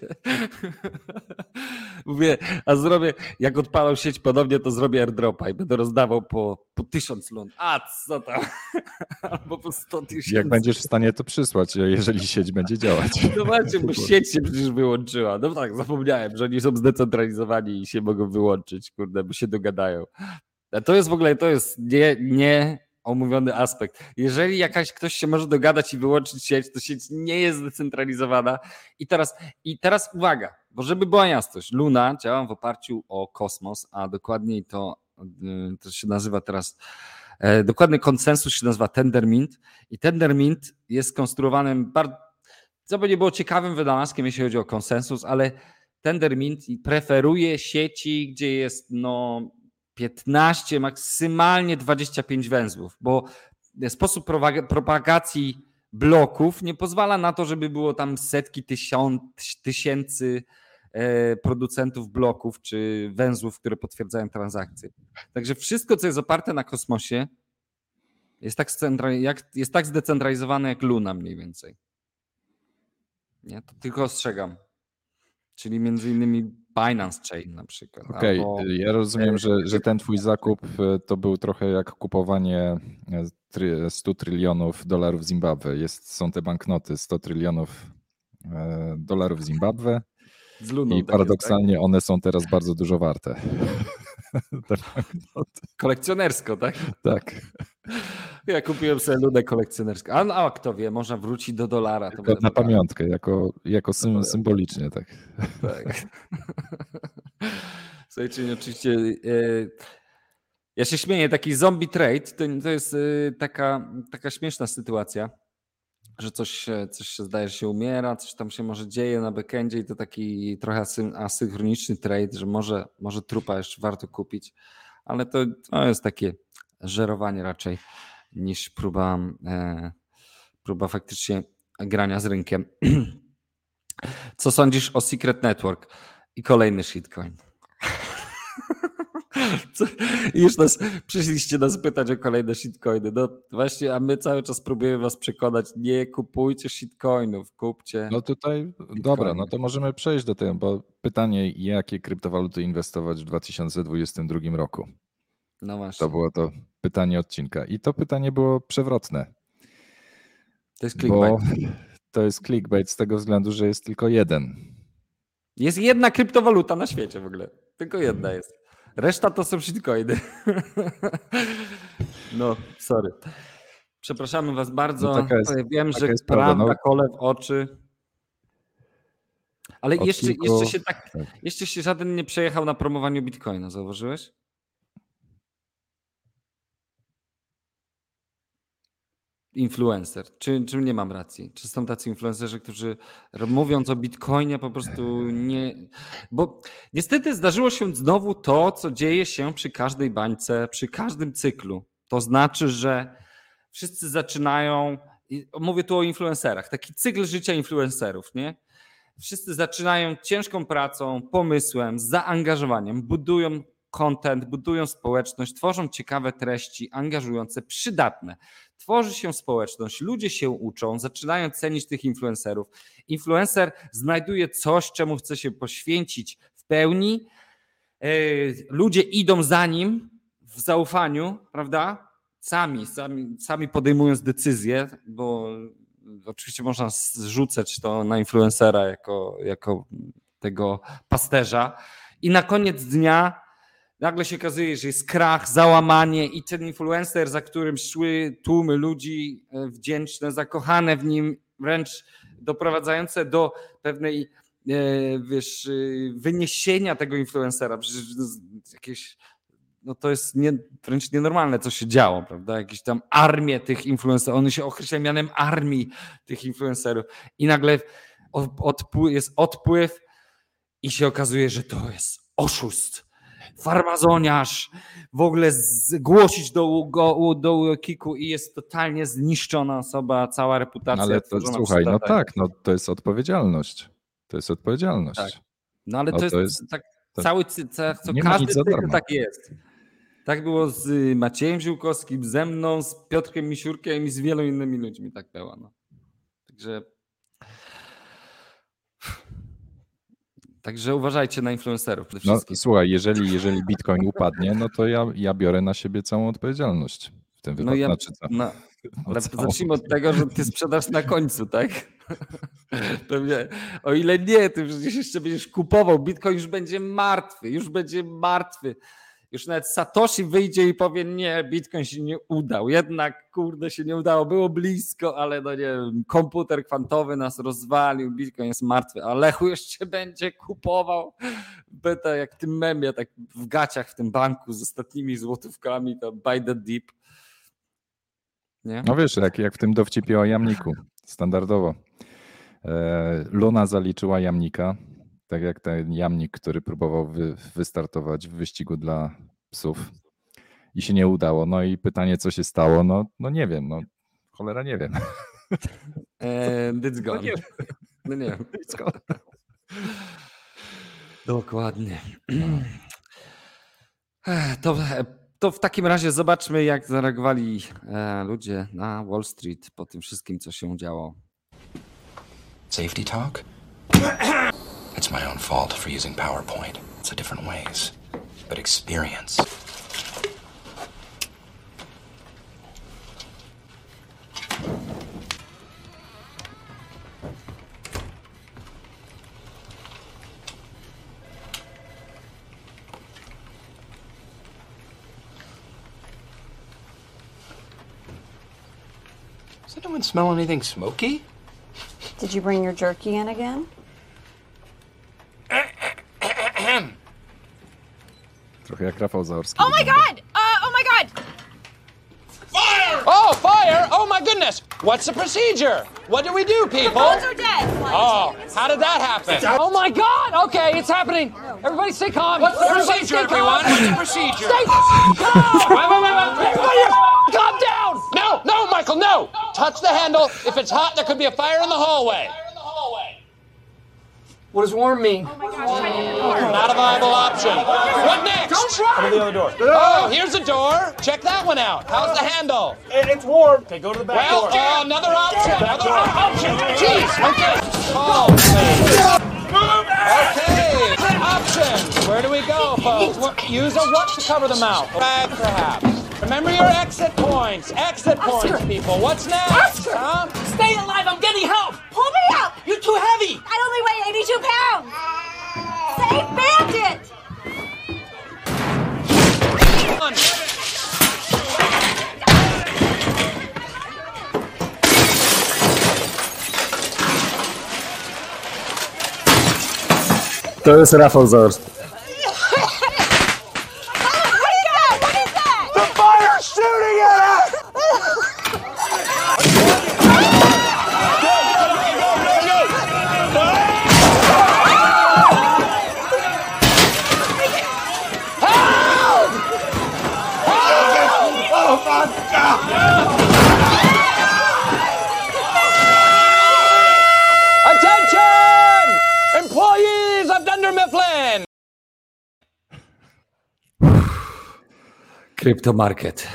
Mówię, a zrobię, jak odpalam sieć ponownie, to zrobię airdropa i będę rozdawał po 1000 lun. A co tam? Albo po 100 000. Jak będziesz w stanie to przysłać, jeżeli sieć będzie działać. No właśnie, bo sieć się przecież wyłączyła. No tak, zapomniałem, że oni są zdecentralizowani i się mogą wyłączyć, kurde, bo się dogadają. A to jest w ogóle, to jest nie omówiony aspekt. Jeżeli ktoś się może dogadać i wyłączyć sieć, to sieć nie jest zdecentralizowana. I teraz uwaga, bo żeby była jasność, Luna działa w oparciu o kosmos, a dokładniej to się nazywa teraz, dokładny konsensus się nazywa Tendermint i Tendermint jest skonstruowanym bardzo, co by nie było ciekawym wynalazkiem, jeśli chodzi o konsensus, ale Tendermint preferuje sieci, gdzie jest 15, maksymalnie 25 węzłów, bo sposób propagacji bloków nie pozwala na to, żeby było tam setki tysięcy producentów bloków czy węzłów, które potwierdzają transakcje. Także wszystko, co jest oparte na kosmosie, jest tak zdecentralizowane jak Luna mniej więcej. Nie? To tylko ostrzegam. Czyli między innymi Binance Chain na przykład. Okej, ja rozumiem, że ten twój zakup to był trochę jak kupowanie 100 trylionów dolarów Zimbabwe. są te banknoty 100 trylionów dolarów Zimbabwe z Luną, i paradoksalnie jest, tak? One są teraz bardzo dużo warte. Te banknoty. Kolekcjonersko, tak? Tak. Ja kupiłem sobie lunę kolekcjonerską. A kto wie, można wrócić do dolara. To na pamiątkę, jako symbolicznie, tak. Tak. Słuchajcie, oczywiście ja się śmieję, taki zombie trade to jest taka śmieszna sytuacja, że coś się zdaje, że się umiera, coś tam się może dzieje na backendzie i to taki trochę asynchroniczny trade, że może trupa jeszcze warto kupić, ale to jest takie żerowanie raczej niż próba faktycznie grania z rynkiem. Co sądzisz o Secret Network? I kolejny shitcoin. Już przyszliście nas pytać o kolejne shitcoiny. No właśnie, a my cały czas próbujemy was przekonać, nie kupujcie shitcoinów, kupcie. No tutaj, shitcoiny. Dobra, no to możemy przejść do tego, bo pytanie, jakie kryptowaluty inwestować w 2022 roku? No właśnie. To było to pytanie odcinka i to pytanie było przewrotne. To jest clickbait. To jest clickbait z tego względu, że jest tylko jeden. Jest jedna kryptowaluta na świecie w ogóle. Tylko jedna jest. Reszta to są shitcoiny. No, sorry. Przepraszamy was bardzo. No wiem, że jest prawda no. kole w oczy. Ale jeszcze się żaden nie przejechał na promowaniu Bitcoina, zauważyłeś? Influencer. Czy nie mam racji? Czy są tacy influencerzy, którzy mówiąc o Bitcoinie po prostu nie... Bo niestety zdarzyło się znowu to, co dzieje się przy każdej bańce, przy każdym cyklu. To znaczy, że wszyscy zaczynają... Mówię tu o influencerach. Taki cykl życia influencerów, nie? Wszyscy zaczynają ciężką pracą, pomysłem, zaangażowaniem, budują content, budują społeczność, tworzą ciekawe treści, angażujące, przydatne. Tworzy się społeczność, ludzie się uczą, zaczynają cenić tych influencerów. Influencer znajduje coś, czemu chce się poświęcić w pełni. Ludzie idą za nim w zaufaniu, prawda? Sami podejmując decyzje, bo oczywiście można zrzucać to na influencera jako tego pasterza. I na koniec dnia nagle się okazuje, że jest krach, załamanie i ten influencer, za którym szły tłumy ludzi wdzięczne, zakochane w nim, wręcz doprowadzające do pewnej wyniesienia tego influencera. Przecież jakieś, no to jest wręcz nienormalne, co się działo, prawda? Jakieś tam armie tych influencerów, one się określają mianem armii tych influencerów i nagle jest odpływ i się okazuje, że to jest oszust. Farmazoniarz, w ogóle zgłosić do kiku i jest totalnie zniszczona osoba, cała reputacja. Ale to, słuchaj, no tak, no to jest odpowiedzialność. To jest odpowiedzialność. Tak. No ale to jest tak, cały każdy cykl tak jest. Tak było z Maciejem Ziółkowskim, ze mną, z Piotrkiem Misiurkiem i z wielu innymi ludźmi tak było. No. Także uważajcie na influencerów. No, słuchaj, jeżeli Bitcoin upadnie, no to ja biorę na siebie całą odpowiedzialność w tym wypadku. Ale zacznijmy od tego, że ty sprzedasz na końcu, tak? Pewnie, o ile nie, ty przecież jeszcze będziesz kupował. Bitcoin już będzie martwy. Już nawet Satoshi wyjdzie i powie, nie, Bitcoin się nie udał. Jednak, kurde, się nie udało. Było blisko, ale no nie wiem, komputer kwantowy nas rozwalił, Bitcoin jest martwy, a Lechu jeszcze będzie kupował. Beta jak w tym memie, tak w gaciach w tym banku z ostatnimi złotówkami, to buy the dip. Nie? No wiesz, jak w tym dowcipie o jamniku, standardowo. Luna zaliczyła jamnika. Tak jak ten jamnik, który próbował wystartować w wyścigu dla psów i się nie udało. No i pytanie, co się stało? No nie wiem, no cholera nie wiem. It's gone. No nie wiem. It's gone. Dokładnie. To w takim razie zobaczmy, jak zareagowali ludzie na Wall Street po tym wszystkim, co się działo. Safety talk? It's my own fault for using PowerPoint. It's a different ways. But experience. Does anyone smell anything smoky? Did you bring your jerky in again? Trochę jak Rafał Zaorski. Oh my god! Oh my god! Fire! Oh, fire! Oh my goodness! What's the procedure? What do we do, people? The phones are dead. Oh, how did that happen? Oh my god! Okay, it's happening. Everybody stay calm. What's the procedure, everyone? What's the procedure? Stay calm! Wait. Everybody calm down! No, Michael, no! Touch the handle. If it's hot, there could be a fire in the hallway. What does warm mean? Oh my gosh, try to get the door. Not a viable option. What next? Don't run! Over the other door. Oh, here's a door. Check that one out. How's the handle? It's warm. Okay, go to the back door. Well, another option. Another option. Jeez. Okay. Oh, okay. Options. Where do we go, folks? Use a what to cover the mouth? Bag, perhaps. Remember your exit points. Exit points, people. What's next? Huh? Stay alive. I'm getting help. Pull me up! You're too heavy. I only weigh 82 pounds! Save Bandit! To jest Rafał Zaorski. The fire's shooting at us! Oh my God! Attention! Employees of Dunder Mifflin! Kryptomarket.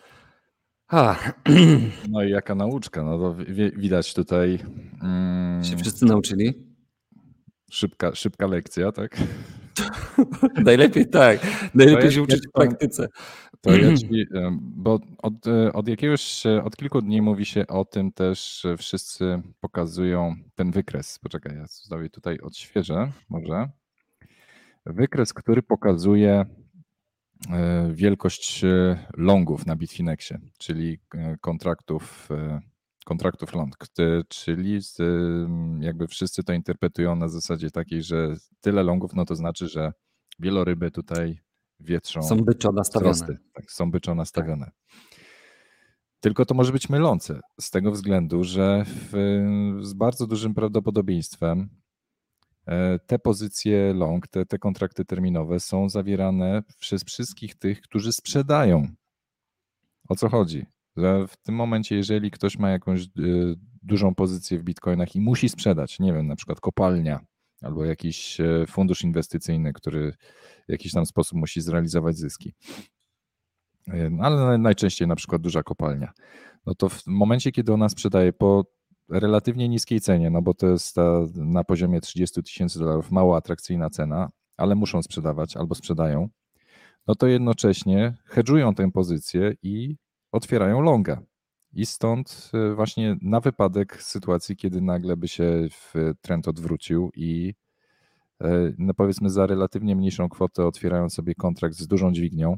No i jaka nauczka, no to widać tutaj Się wszyscy nauczyli? szybka lekcja, tak? Najlepiej tak. Najlepiej się uczyć w praktyce. To ja ci, bo od kilku dni mówi się o tym też, że wszyscy pokazują ten wykres. Poczekaj, ja sobie tutaj odświeżę może. Wykres, który pokazuje wielkość longów na Bitfinexie, czyli kontraktów long, czyli jakby wszyscy to interpretują na zasadzie takiej, że tyle longów, no to znaczy, że wieloryby tutaj wietrzą. Są byczo nastawione. Wzrosty. Tak, są byczo nastawione. Tylko to może być mylące z tego względu, że z bardzo dużym prawdopodobieństwem te pozycje long, te kontrakty terminowe są zawierane przez wszystkich tych, którzy sprzedają. O co chodzi? Że w tym momencie, jeżeli ktoś ma jakąś dużą pozycję w bitcoinach i musi sprzedać, nie wiem, na przykład kopalnia albo jakiś fundusz inwestycyjny, który w jakiś tam sposób musi zrealizować zyski, ale najczęściej na przykład duża kopalnia, no to w momencie, kiedy ona sprzedaje po relatywnie niskiej cenie, no bo to jest na poziomie $30,000 mało atrakcyjna cena, ale muszą sprzedawać albo sprzedają, no to jednocześnie hedżują tę pozycję i otwierają longa. I stąd właśnie na wypadek sytuacji, kiedy nagle by się trend odwrócił i no powiedzmy za relatywnie mniejszą kwotę otwierają sobie kontrakt z dużą dźwignią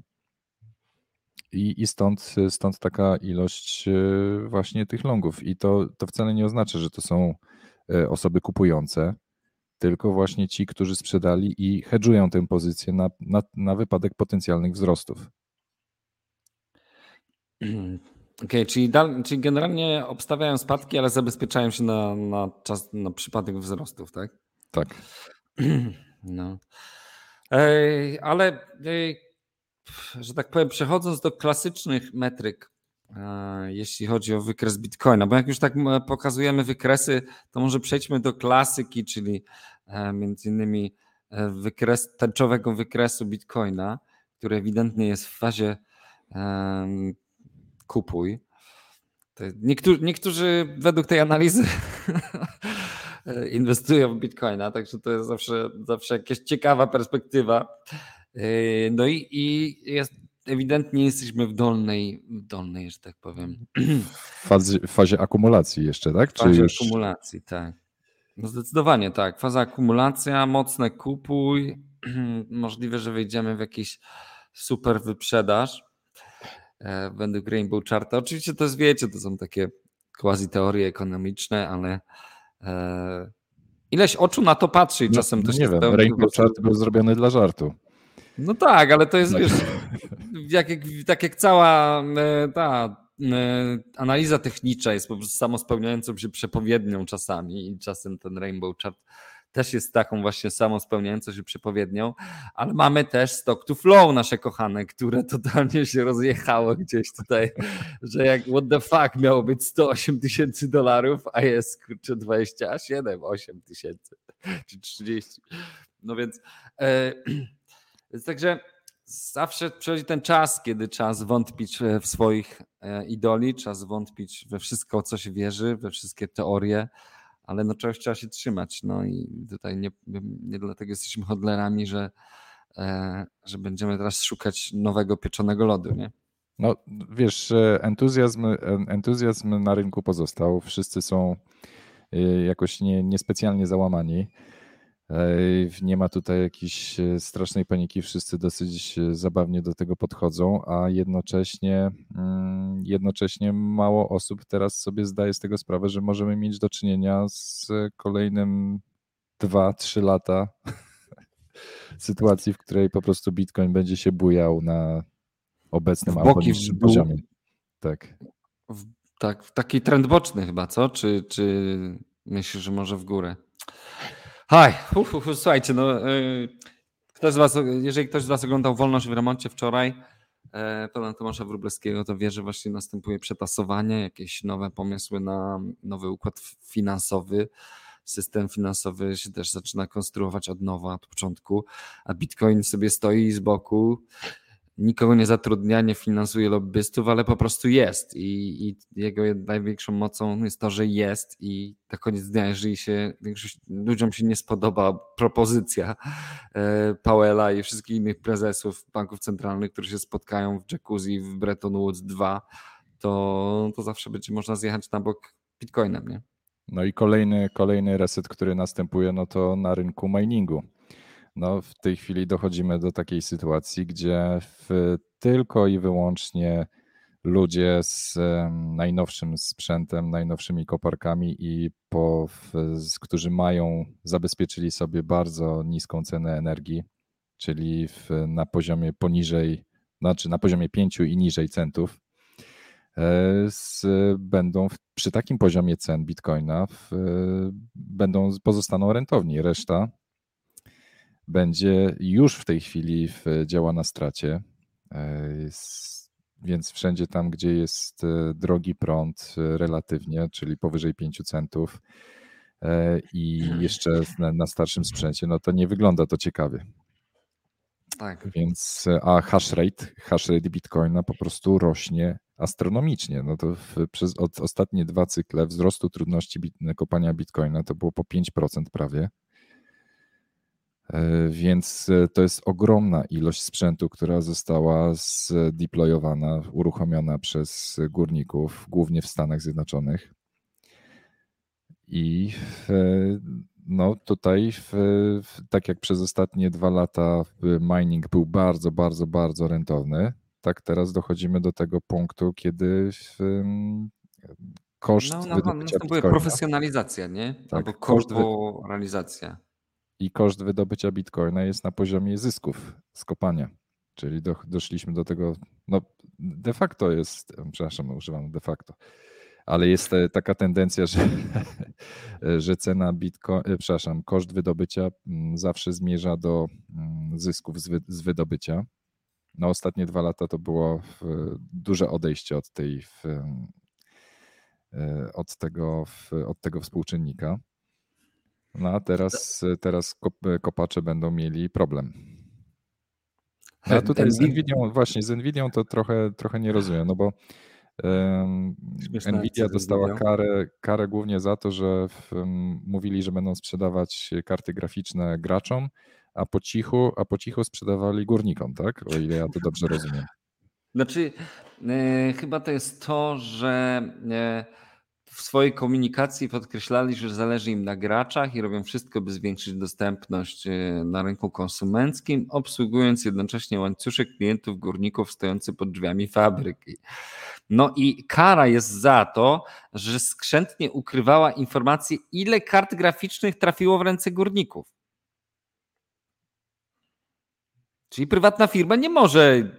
i stąd taka ilość właśnie tych longów. I to wcale nie oznacza, że to są osoby kupujące, tylko właśnie ci, którzy sprzedali i hedżują tę pozycję na wypadek potencjalnych wzrostów. Okej, czyli generalnie obstawiają spadki, ale zabezpieczają się na przypadek wzrostów, tak? Tak. No. Ale że tak powiem, przechodząc do klasycznych metryk, jeśli chodzi o wykres Bitcoina, bo jak już tak pokazujemy wykresy, to może przejdźmy do klasyki, czyli między innymi tęczowego wykresu Bitcoina, który ewidentnie jest w fazie kupuj. Niektórzy według tej analizy inwestują w Bitcoina, także to jest zawsze jakaś ciekawa perspektywa. No i jest, ewidentnie jesteśmy w dolnej, że tak powiem. W fazie akumulacji jeszcze, tak? W fazie akumulacji, tak. No zdecydowanie tak. Faza akumulacja, mocne kupuj. Możliwe, że wejdziemy w jakiś super wyprzedaż według Rainbow Charta. Oczywiście to jest, wiecie, to są takie quasi teorie ekonomiczne, ale ileś oczu na to patrzy i czasem to się... Nie wiem, Rainbow Chart był zrobiony dla żartu. No tak, ale to jest, wiesz, tak jak cała ta analiza technicza jest po prostu samospełniającą się przepowiednią czasami i czasem ten Rainbow Chart też jest taką właśnie samospełniającą się przepowiednią, ale mamy też stock to flow nasze kochane, które totalnie się rozjechało gdzieś tutaj, że jak what the fuck miało być $108,000, a jest kurczę 27, 8 tysięcy czy 30. No więc także zawsze przychodzi ten czas, kiedy trzeba zwątpić w swoich idoli, trzeba zwątpić we wszystko, co się wierzy, we wszystkie teorie, ale no czegoś trzeba się trzymać. No i tutaj nie dlatego jesteśmy hodlerami, że będziemy teraz nowego pieczonego lodu, nie? No wiesz, entuzjazm na rynku pozostał. Wszyscy są jakoś niespecjalnie załamani. Nie ma tutaj jakiejś strasznej paniki, wszyscy dosyć zabawnie do tego podchodzą, a jednocześnie mało osób teraz sobie zdaje z tego sprawę, że możemy mieć do czynienia z kolejnym 2-3 lata sytuacji, w której po prostu Bitcoin będzie się bujał na obecnym W albo boki, niższym w dół. poziomie. Tak. Tak, taki trend boczny chyba, co? Czy myślisz, że może w górę? Haj, słuchajcie, no jeżeli ktoś z was oglądał Wolność w remoncie wczoraj, pana Tomasza Wróblewskiego, to wie, że właśnie następuje przetasowanie, jakieś nowe pomysły na nowy układ finansowy. System finansowy się też zaczyna konstruować od nowa, od początku, a Bitcoin sobie stoi z boku, nikogo nie zatrudnia, nie finansuje lobbystów, ale po prostu jest i jego największą mocą jest to, że jest i na koniec dnia, jeżeli ludziom się nie spodoba propozycja Powella i wszystkich innych prezesów banków centralnych, którzy się spotkają w jacuzzi w Bretton Woods 2, to zawsze będzie można zjechać na bok Bitcoinem, nie? No i kolejny reset, który następuje, no to na rynku miningu. No w tej chwili dochodzimy do takiej sytuacji, gdzie tylko i wyłącznie ludzie z najnowszym sprzętem, najnowszymi koparkami którzy zabezpieczyli sobie bardzo niską cenę energii, czyli na poziomie na poziomie 5 i niżej centów, będą przy takim poziomie cen Bitcoina pozostaną rentowni. Reszta będzie już w tej chwili działa na stracie, więc wszędzie tam, gdzie jest drogi prąd relatywnie, czyli powyżej 5 centów i jeszcze na starszym sprzęcie, no to nie wygląda to ciekawie. Tak. Więc, a hash rate Bitcoina po prostu rośnie astronomicznie. No to przez ostatnie 2 cykle wzrostu trudności kopania Bitcoina to było po 5% prawie. Więc to jest ogromna ilość sprzętu, która została zdeployowana, uruchomiona przez górników, głównie w Stanach Zjednoczonych. I no tutaj, tak jak przez ostatnie 2 lata mining był bardzo, bardzo, bardzo rentowny, tak teraz dochodzimy do tego punktu, kiedy koszt wydobycia następuje Bitcoina, profesjonalizacja, nie? Tak, Albo korporalizacja. I koszt wydobycia Bitcoina jest na poziomie zysków z kopania. Czyli doszliśmy do tego, no de facto jest, przepraszam, używam de facto, ale jest taka tendencja, że cena koszt wydobycia zawsze zmierza do zysków z wydobycia. No ostatnie 2 lata to było duże odejście od tego współczynnika. No a teraz kopacze będą mieli problem. No a tutaj z Nvidią to trochę nie rozumiem, no bo Nvidia dostała karę głównie za to, że mówili, że będą sprzedawać karty graficzne graczom, a po cichu sprzedawali górnikom, tak? O ile ja to dobrze rozumiem. Znaczy, chyba to jest to, że w swojej komunikacji podkreślali, że zależy im na graczach i robią wszystko, by zwiększyć dostępność na rynku konsumenckim, obsługując jednocześnie łańcuszek klientów górników stojący pod drzwiami fabryki. No i kara jest za to, że skrzętnie ukrywała informację, ile kart graficznych trafiło w ręce górników. Czyli prywatna firma nie może,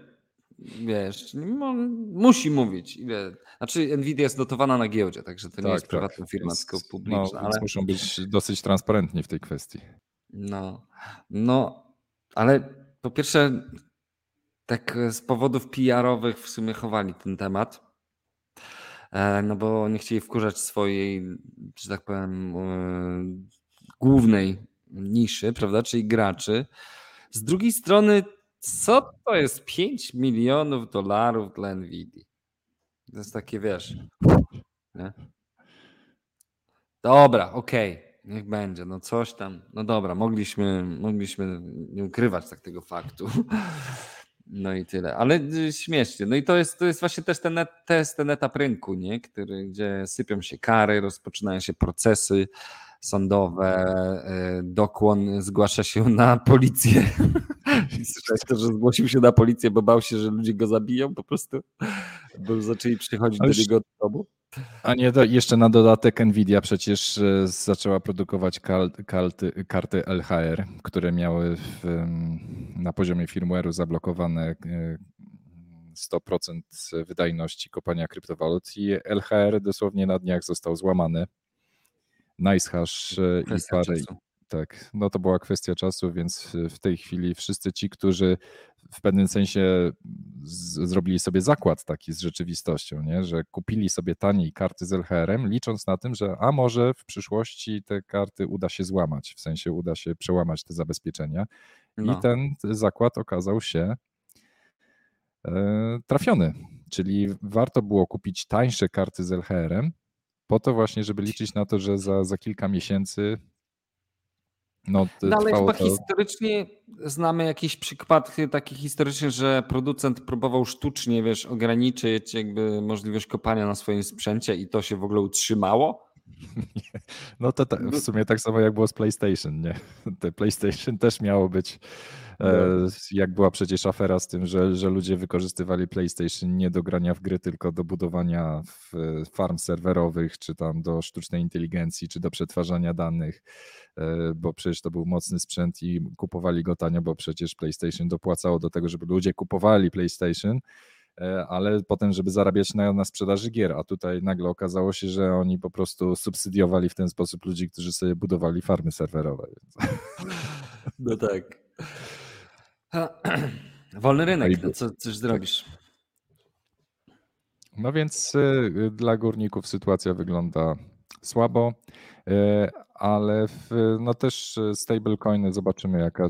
musi mówić. Znaczy Nvidia jest dotowana na giełdzie, także to nie jest prywatna firma, tylko publiczna. Więc muszą być dosyć transparentni w tej kwestii. No, ale po pierwsze tak z powodów PR-owych w sumie chowali ten temat, no bo nie chcieli wkurzać swojej, że tak powiem, głównej niszy, prawda, czyli graczy. Z drugiej strony, co to jest $5 milionów dla Nvidii? To jest takie, nie? Dobra, okej, niech będzie, no coś tam, no dobra, mogliśmy nie ukrywać tego faktu. No i tyle, ale śmiesznie. No i to jest właśnie też ten etap rynku, nie? Gdzie sypią się kary, rozpoczynają się procesy sądowe, Dokłon zgłasza się na policję. Słyszałeś to, że zgłosił się na policję, bo bał się, że ludzie go zabiją po prostu, bo zaczęli przychodzić do niego do domu. A nie, jeszcze na dodatek Nvidia przecież zaczęła produkować karty LHR, które miały na poziomie firmware'u zablokowane 100% wydajności kopania kryptowalut i LHR dosłownie na dniach został złamany. NiceHash i parę. Tak, no to była kwestia czasu, więc w tej chwili wszyscy ci, którzy w pewnym sensie zrobili sobie zakład taki z rzeczywistością, nie? Że kupili sobie taniej karty z LHR-em, licząc na tym, że a może w przyszłości te karty uda się złamać, w sensie uda się przełamać te zabezpieczenia. I ten zakład okazał się trafiony, czyli warto było kupić tańsze karty z LHR-em po to właśnie, żeby liczyć na to, że za kilka miesięcy ale chyba historycznie znamy jakieś przypadki takie historyczne, że producent próbował sztucznie, ograniczyć jakby możliwość kopania na swoim sprzęcie i to się w ogóle utrzymało? No to w sumie tak samo jak było z PlayStation, nie? Te PlayStation też miało być, jak była przecież afera z tym, że ludzie wykorzystywali PlayStation nie do grania w gry, tylko do budowania farm serwerowych, czy tam do sztucznej inteligencji, czy do przetwarzania danych, bo przecież to był mocny sprzęt i kupowali go tanio, bo przecież PlayStation dopłacało do tego, żeby ludzie kupowali PlayStation, ale potem, żeby zarabiać na sprzedaży gier, a tutaj nagle okazało się, że oni po prostu subsydiowali w ten sposób ludzi, którzy sobie budowali farmy serwerowe. Więc. No tak. Wolny rynek, no coś zrobisz. No więc dla górników sytuacja wygląda słabo, ale no też stablecoiny zobaczymy jaka.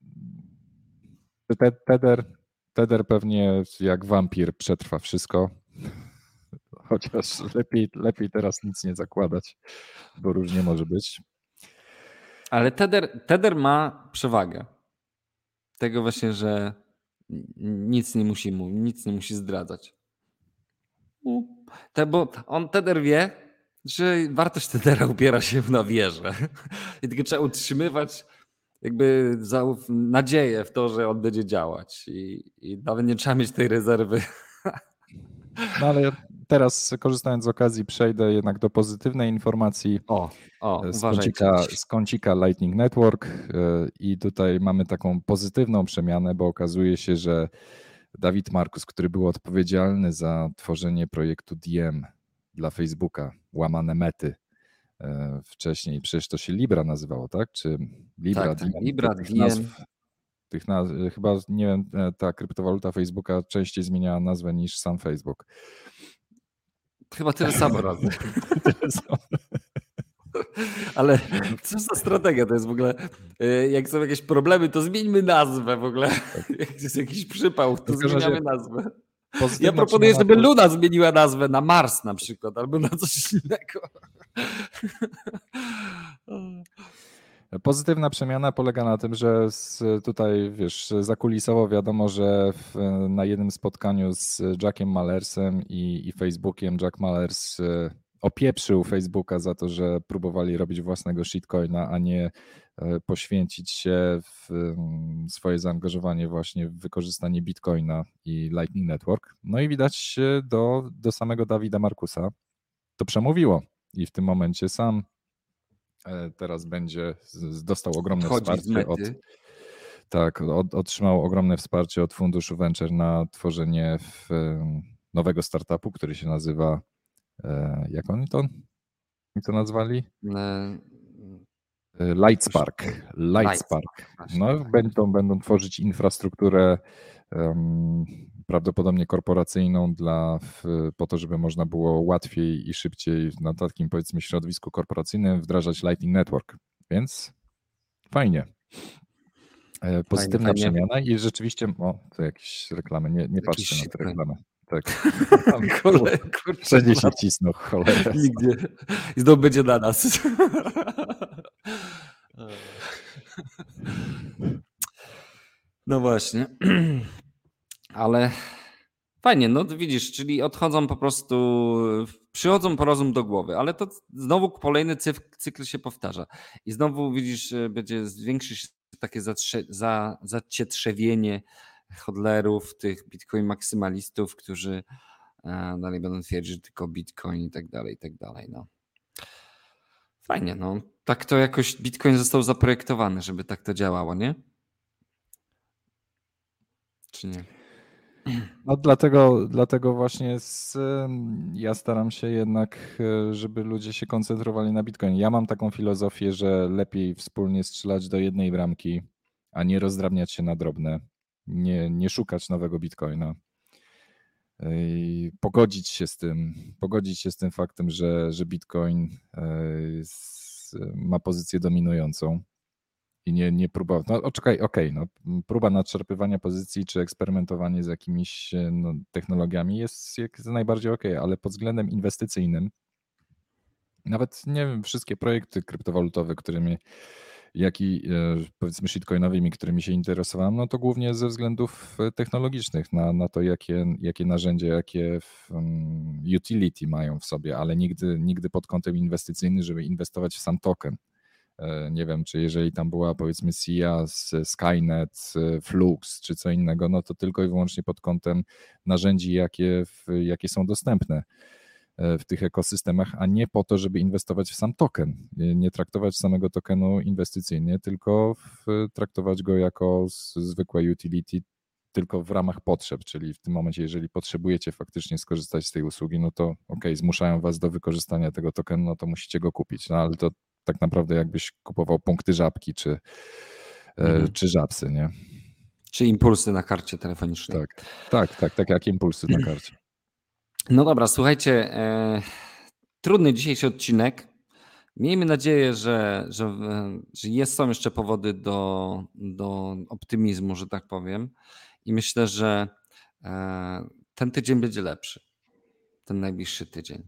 Tether pewnie jak wampir przetrwa wszystko, chociaż lepiej teraz nic nie zakładać, bo różnie może być. Ale Tether ma przewagę tego właśnie, że nic nie musi zdradzać. Bo Tether wie, że wartość Tethera upiera się na wierze i tylko trzeba utrzymywać jakby nadzieję w to, że on będzie działać i nawet nie trzeba mieć tej rezerwy. No ale teraz korzystając z okazji przejdę jednak do pozytywnej informacji z kącika Lightning Network i tutaj mamy taką pozytywną przemianę, bo okazuje się, że Dawid Markus, który był odpowiedzialny za tworzenie projektu Diem dla Facebooka, łamane Mety, wcześniej, przecież to się Libra nazywało, tak? Czy Libra? Tak, Libra, Diem. Chyba, nie wiem, ta kryptowaluta Facebooka częściej zmieniała nazwę niż sam Facebook. Chyba tyle samo razy. Ale co za strategia to jest w ogóle? Jak są jakieś problemy, to zmieńmy nazwę w ogóle. Jak jest jakiś przypał, to zmieniamy nazwę. Ja proponuję, żeby Luna zmieniła nazwę na Mars na przykład, albo na coś innego. Pozytywna przemiana polega na tym, że tutaj, zakulisowo wiadomo, że na jednym spotkaniu z Jackiem Malersem i Facebookiem Jack Mallers opieprzył Facebooka za to, że próbowali robić własnego shitcoina, a nie poświęcić się w swoje zaangażowanie właśnie w wykorzystanie Bitcoina i Lightning Network. No i widać do samego Dawida Markusa to przemówiło i w tym momencie sam teraz dostał ogromne wsparcie otrzymał ogromne wsparcie od funduszu Venture na tworzenie nowego startupu, który się nazywa, jak oni to nazwali? Lightspark. No, będą tworzyć infrastrukturę prawdopodobnie korporacyjną po to, żeby można było łatwiej i szybciej na takim, powiedzmy, środowisku korporacyjnym wdrażać Lightning Network. Więc fajnie. Pozytywna przemiana i rzeczywiście, to jakieś reklamy, nie patrzcie na tę reklamę. Tak. 60 cisnął, cholera. Nigdzie. I znowu będzie na nas. No właśnie. Ale Fajnie, no widzisz, czyli odchodzą po prostu, przychodzą po rozum do głowy, ale to znowu kolejny cykl się powtarza. I znowu widzisz, będzie zwiększy się takie zacietrzewienie hodlerów, tych Bitcoin maksymalistów, którzy dalej będą twierdzić, że tylko Bitcoin i tak dalej. No. Fajnie, no. Tak to jakoś Bitcoin został zaprojektowany, żeby tak to działało, nie? Czy nie? No dlatego właśnie ja staram się jednak, żeby ludzie się koncentrowali na Bitcoinie. Ja mam taką filozofię, że lepiej wspólnie strzelać do jednej bramki, a nie rozdrabniać się na drobne, nie szukać nowego Bitcoina. I pogodzić się z tym faktem, że Bitcoin ma pozycję dominującą. I nie próbować. No okej, no, próba nadszarpywania pozycji czy eksperymentowanie z jakimiś technologiami jest jak najbardziej okej, ale pod względem inwestycyjnym nawet nie wiem, wszystkie projekty kryptowalutowe, powiedzmy shitcoinowymi, którymi się interesowałem, no to głównie ze względów technologicznych, na to jakie narzędzia, jakie utility mają w sobie, ale nigdy pod kątem inwestycyjnym, żeby inwestować w sam token. Nie wiem, czy jeżeli tam była powiedzmy SIA, Skynet, Flux czy co innego, no to tylko i wyłącznie pod kątem narzędzi, jakie są dostępne w tych ekosystemach, a nie po to, żeby inwestować w sam token. Nie traktować samego tokenu inwestycyjnie, tylko traktować go jako zwykłe utility, tylko w ramach potrzeb, czyli w tym momencie, jeżeli potrzebujecie faktycznie skorzystać z tej usługi, no to zmuszają was do wykorzystania tego tokenu, no to musicie go kupić, no ale to tak naprawdę jakbyś kupował punkty żabki czy żabsy, nie? Czy impulsy na karcie telefonicznej. Tak jak impulsy na karcie. No dobra, słuchajcie, trudny dzisiejszy odcinek. Miejmy nadzieję, że są jeszcze powody do optymizmu, że tak powiem. I myślę, że ten tydzień będzie lepszy. Ten najbliższy tydzień.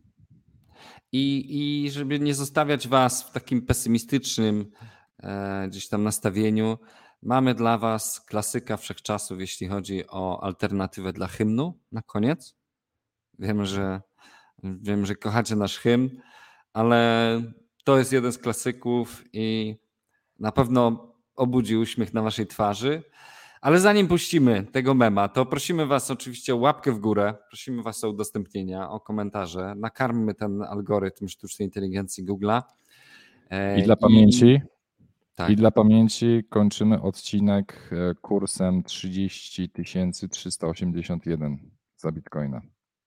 I żeby nie zostawiać was w takim pesymistycznym gdzieś tam nastawieniu, mamy dla was klasyka wszechczasów, jeśli chodzi o alternatywę dla hymnu na koniec. Wiem, że kochacie nasz hymn, ale to jest jeden z klasyków i na pewno obudzi uśmiech na waszej twarzy. Ale zanim puścimy tego mema, to prosimy was oczywiście o łapkę w górę, prosimy was o udostępnienia, o komentarze. Nakarmmy ten algorytm sztucznej inteligencji Google'a. I dla pamięci kończymy odcinek kursem 30 381 za Bitcoina.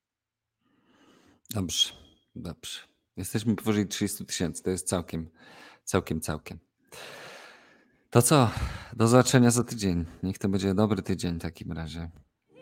Dobrze. Jesteśmy powyżej 30 000, to jest całkiem. To co? Do zobaczenia za tydzień. Niech to będzie dobry tydzień w takim razie.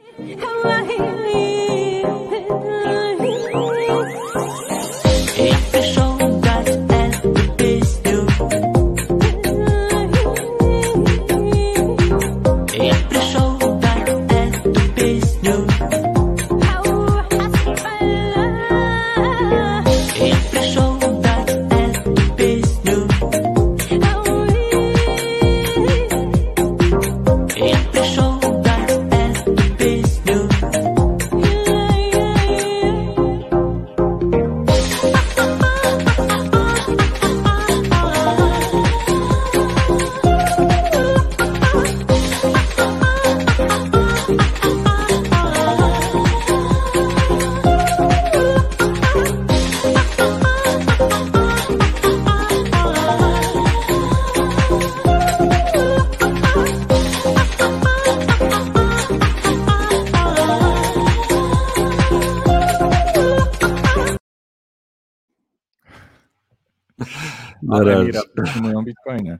Emirat utrzymują Bitcoiny.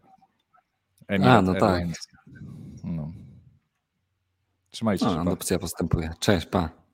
Tak. No. Trzymajcie się. Adopcja postępuje. Cześć, pa.